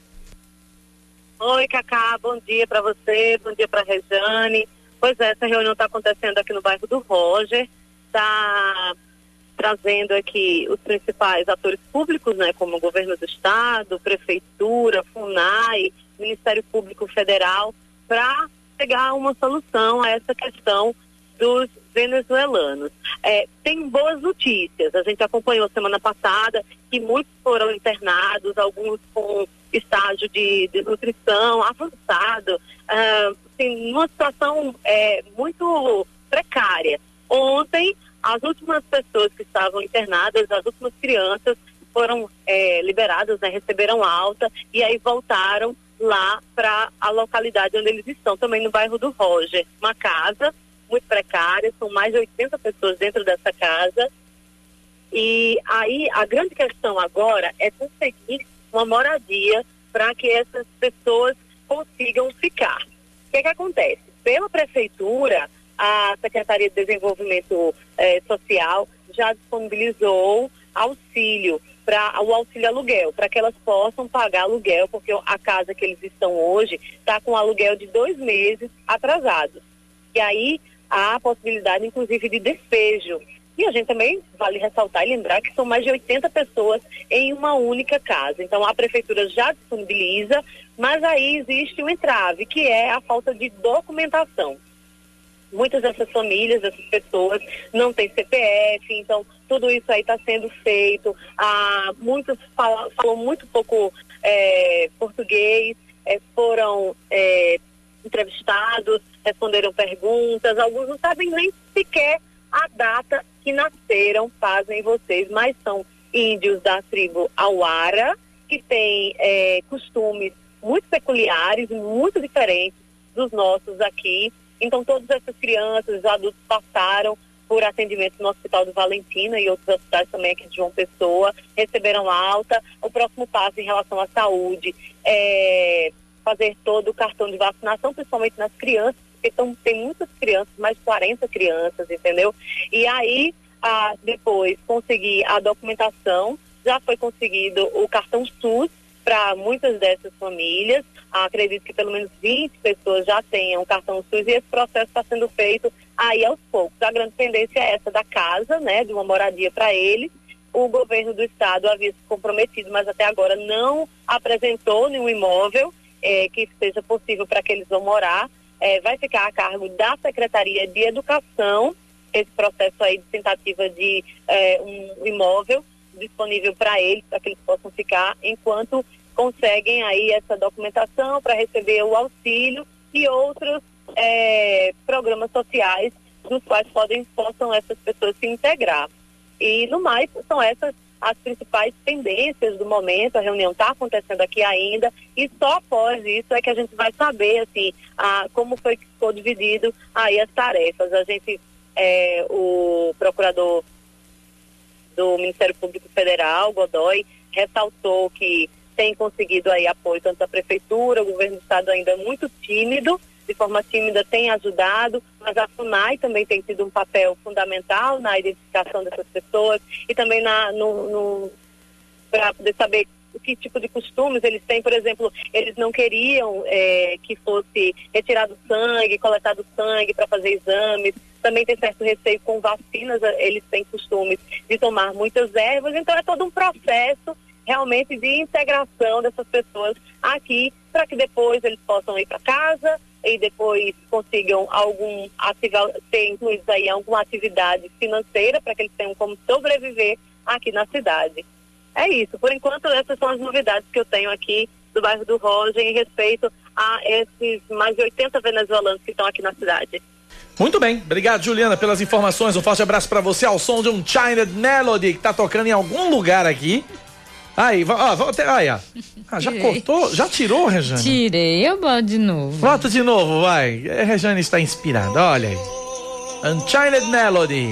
Oi, Cacá, bom dia para você, bom dia para Rejane. Pois é, essa reunião está acontecendo aqui no bairro do Roger, está trazendo aqui os principais atores públicos, né, como o governo do estado, prefeitura, FUNAI, Ministério Público Federal, para pegar uma solução a essa questão dos venezuelanos. Tem boas notícias, a gente acompanhou semana passada que muitos foram internados, alguns com estágio de nutrição avançado, numa situação muito precária. Ontem, as últimas pessoas que estavam internadas, as últimas crianças foram liberadas, né, receberam alta e aí voltaram lá para a localidade onde eles estão, também no bairro do Roger. Uma casa muito precária, são mais de 80 pessoas dentro dessa casa. E aí a grande questão agora é conseguir uma moradia para que essas pessoas consigam ficar. O que acontece? Pela prefeitura, a Secretaria de Desenvolvimento Social já disponibilizou auxílio, o auxílio aluguel, para que elas possam pagar aluguel, porque a casa que eles estão hoje está com aluguel de 2 meses atrasados. E aí há a possibilidade, inclusive, de despejo. E a gente também vale ressaltar e lembrar que são mais de 80 pessoas em uma única casa. Então a prefeitura já disponibiliza, mas aí existe um entrave, que é a falta de documentação. Muitas dessas famílias, dessas pessoas, não têm CPF, então tudo isso aí está sendo feito. Muitos falam muito pouco português, foram entrevistados, responderam perguntas, alguns não sabem nem sequer a data que nasceram, fazem vocês, mas são índios da tribo Auara, que têm costumes muito peculiares, muito diferentes dos nossos aqui. Então todas essas crianças, os adultos passaram por atendimento no Hospital do Valentina e outros hospitais também aqui de João Pessoa, receberam alta. O próximo passo em relação à saúde é fazer todo o cartão de vacinação, principalmente nas crianças, porque tem muitas crianças, mais de 40 crianças, entendeu? E aí, depois conseguir a documentação, já foi conseguido o cartão SUS, para muitas dessas famílias. Acredito que pelo menos 20 pessoas já tenham cartão SUS e esse processo está sendo feito aí aos poucos. A grande tendência é essa da casa, né, de uma moradia para eles. O governo do estado havia se comprometido, mas até agora não apresentou nenhum imóvel que seja possível para que eles vão morar. Vai ficar a cargo da Secretaria de Educação esse processo aí de tentativa de um imóvel disponível para eles, para que eles possam ficar enquanto conseguem aí essa documentação para receber o auxílio e outros programas sociais dos quais possam essas pessoas se integrar. E no mais, são essas as principais tendências do momento. A reunião está acontecendo aqui ainda e só após isso é que a gente vai saber assim, como foi que ficou dividido aí as tarefas. A gente, o procurador do Ministério Público Federal, Godoy, ressaltou que tem conseguido aí apoio tanto da Prefeitura, o governo do estado ainda é muito tímido, de forma tímida tem ajudado, mas a FUNAI também tem tido um papel fundamental na identificação dessas pessoas e também para poder saber que tipo de costumes eles têm. Por exemplo, eles não queriam que fosse retirado sangue, coletado sangue para fazer exames, também tem certo receio com vacinas, eles têm costumes de tomar muitas ervas, então é todo um processo realmente de integração dessas pessoas aqui, para que depois eles possam ir para casa e depois consigam ser incluídos aí em alguma atividade financeira, para que eles tenham como sobreviver aqui na cidade. É isso, por enquanto essas são as novidades que eu tenho aqui do bairro do Roger em respeito a esses mais de 80 venezuelanos que estão aqui na cidade. Muito bem, obrigado, Juliana, pelas informações. Um forte abraço para você ao som de um China Melody que tá tocando em algum lugar aqui. Aí, já cortou? Já tirou, Rejane? Tirei, eu boto de novo. Volta de novo, vai. A Rejane está inspirada, olha aí. Unchained Melody.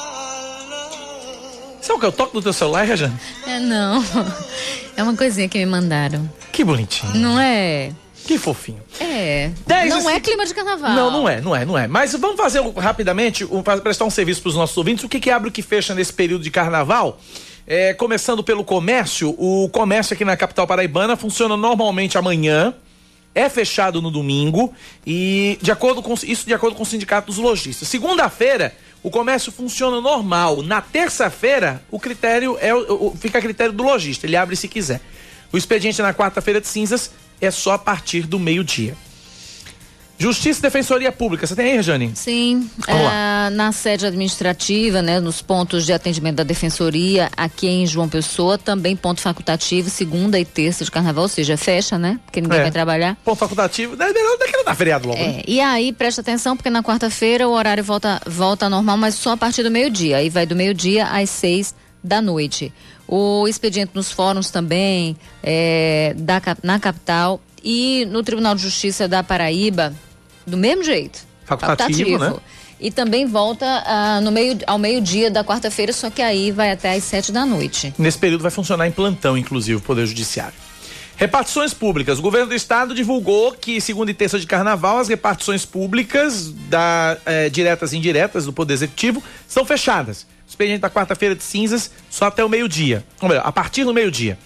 Sabe o que eu toco no teu celular, Rejane? Não, é uma coisinha que me mandaram. Que bonitinho. Não é? Que fofinho. Não é clima de carnaval. Não é. Mas vamos fazer rapidamente, para prestar um serviço para os nossos ouvintes, o que abre e o que fecha nesse período de carnaval. Começando pelo comércio, o comércio aqui na capital paraibana funciona normalmente amanhã, é fechado no domingo e de acordo com o Sindicato dos Lojistas. Segunda-feira, o comércio funciona normal. Na terça-feira, o critério fica a critério do lojista, ele abre se quiser. O expediente na quarta-feira de cinzas é só a partir do meio-dia. Justiça e Defensoria Pública, você tem aí, Rejane? Sim, na sede administrativa, né, nos pontos de atendimento da Defensoria, aqui em João Pessoa, também ponto facultativo, segunda e terça de carnaval, ou seja, fecha, né, porque ninguém vai trabalhar. Ponto facultativo, daquele da feriado logo. Né? E aí, presta atenção, porque na quarta-feira o horário volta normal, mas só a partir do meio-dia, aí vai do meio-dia às 6 da noite. O expediente nos fóruns também, na capital e no Tribunal de Justiça da Paraíba, do mesmo jeito. Facultativo, né? E também volta ao meio-dia da quarta-feira, só que aí vai até às 7 da noite. Nesse período vai funcionar em plantão, inclusive, o Poder Judiciário. Repartições públicas. O governo do estado divulgou que segunda e terça de carnaval as repartições públicas diretas e indiretas do Poder Executivo são fechadas. O expediente da quarta-feira de cinzas só até o meio-dia. Ou melhor, a partir do meio-dia.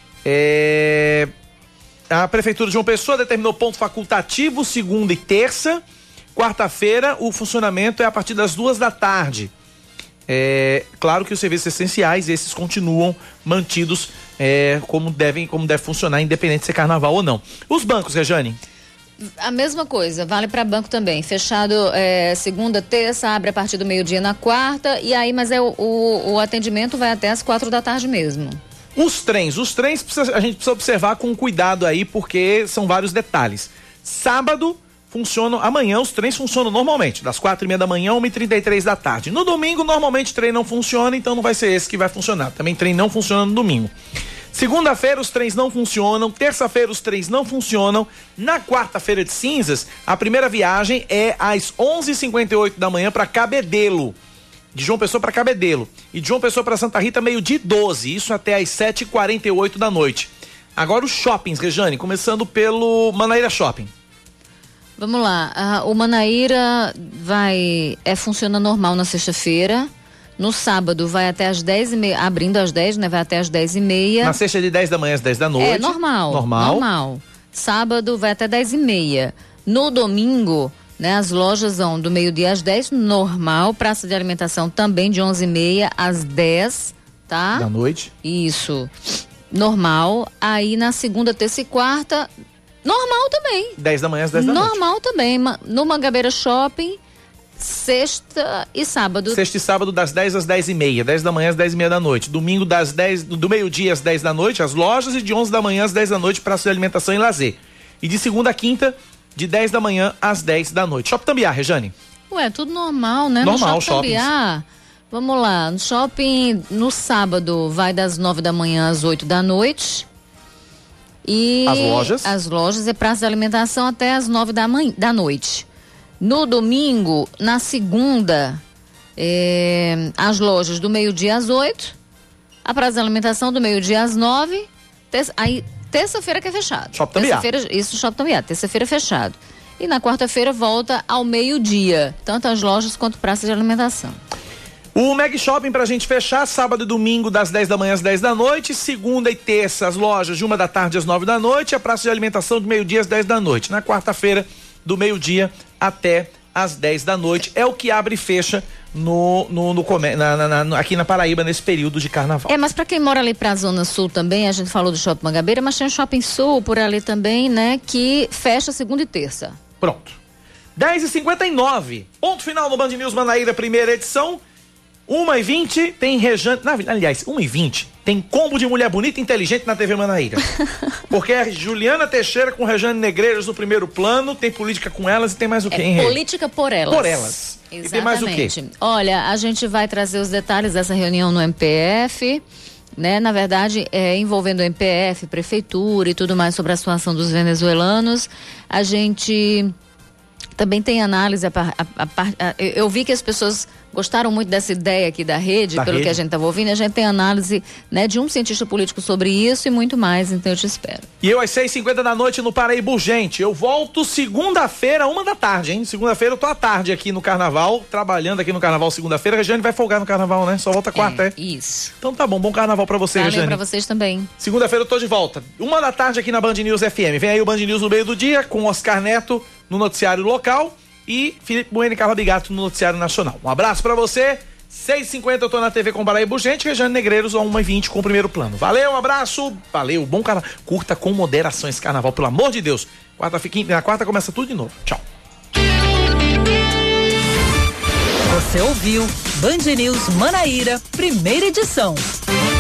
A Prefeitura de João Pessoa determinou ponto facultativo segunda e terça. Quarta-feira, o funcionamento é a partir das 2 da tarde. Claro que os serviços essenciais, esses continuam mantidos como deve funcionar, independente de ser carnaval ou não. Os bancos, Rejane? A mesma coisa, vale para banco também. Fechado segunda, terça, abre a partir do meio-dia na quarta. E aí, mas o atendimento vai até as 4 da tarde mesmo. Os trens a gente precisa observar com cuidado aí, porque são vários detalhes. Sábado funcionam, amanhã os trens funcionam normalmente, das 4:30 da manhã, 1:33 da tarde. No domingo, normalmente o trem não funciona, então não vai ser esse que vai funcionar. Também trem não funciona no domingo. Segunda-feira os trens não funcionam, terça-feira os trens não funcionam. Na quarta-feira de cinzas, a primeira viagem é às 11:58 da manhã para Cabedelo. De João Pessoa para Cabedelo. E de João Pessoa para Santa Rita, 12:00. Isso até às 7:48 da noite. Agora os shoppings, Rejane, começando pelo Manaíra Shopping. Vamos lá. O Manaíra funciona normal na sexta-feira. No sábado vai até as 10h30, abrindo às 10, né? Vai até as 10h30. Na sexta é de 10 da manhã às 10 da noite. É normal. Sábado vai até 10h30. No domingo, né? As lojas vão do meio-dia às 10, normal. Praça de alimentação também de 11h30 às 10, tá? Da noite. Isso. Normal. Aí na segunda, terça e quarta, normal também. 10 da manhã às 10 da noite. Normal também. No Mangabeira Shopping, sexta e sábado. Sexta e sábado das 10 às 10h30. 10 da manhã às 10h30 da noite. Domingo do meio-dia às 10 da noite, as lojas, e de 11 da manhã às 10 da noite, praça de alimentação e lazer. E de segunda a quinta, de 10 da manhã às 10 da noite. Shopping Tambiá, Rejane. Ué, tudo normal, né? Normal, no Shopping Tambiá, vamos lá, no shopping, no sábado vai das 9 da manhã às 8 da noite. E as lojas é praça de alimentação até às 9 da noite. No domingo, na segunda, as lojas do meio-dia às 8, a praça de alimentação do meio-dia às 9, aí terça-feira que é fechado. Shopping Tambiá. Isso, Shopping Tambiá, terça-feira é fechado. E na quarta-feira volta ao meio-dia, tanto as lojas quanto praça de alimentação. O Meg Shopping pra gente fechar, sábado e domingo das 10 da manhã às 10 da noite, segunda e terça as lojas de 1 da tarde às 9 da noite, a praça de alimentação do meio-dia às 10 da noite. Na quarta-feira, do meio-dia até às 10 da noite. É o que abre e fecha aqui na Paraíba nesse período de carnaval. Mas pra quem mora ali pra Zona Sul também, a gente falou do Shopping Mangabeira, mas tem um Shopping Sul por ali também, né, que fecha segunda e terça. Pronto. 10h59, ponto final no Band News Manaíra, primeira edição. 1h20 tem Rejane. Aliás, 1h20 tem combo de mulher bonita e inteligente na TV Manaíra. Porque é Juliana Teixeira com Rejane Negreiros no primeiro plano, tem política com elas e tem mais o quê, hein, Rê? Política por elas. Por elas. Exatamente. E tem mais o quê? Olha, a gente vai trazer os detalhes dessa reunião no MPF, né? Na verdade, envolvendo o MPF, prefeitura e tudo mais sobre a situação dos venezuelanos. A gente também tem análise, eu vi que as pessoas gostaram muito dessa ideia aqui da rede, que a gente estava ouvindo, a gente tem análise, né, de um cientista político sobre isso e muito mais, então eu te espero. E eu às 6h50 da noite no Paraíba Urgente, eu volto segunda-feira, 1 da tarde, hein? Segunda-feira eu tô à tarde aqui no Carnaval, trabalhando aqui no Carnaval segunda-feira. A Rejane vai folgar no Carnaval, né? Só volta quarta, Isso. Então tá bom, bom Carnaval pra você, Rejane. Valeu pra vocês também. Segunda-feira eu tô de volta, 1 da tarde aqui na Band News FM. Vem aí o Band News no meio do dia, com Oscar Neto no noticiário local e Felipe Bueno e Carla Bigato no noticiário nacional. Um abraço pra você. 6h50 eu tô na TV com Paraíba Urgente, Rejane Negreiros, 1h20 com o primeiro plano. Valeu, um abraço, valeu, bom carnaval. Curta com moderação esse carnaval, pelo amor de Deus. Na quarta começa tudo de novo. Tchau. Você ouviu Band News Manaíra, primeira edição.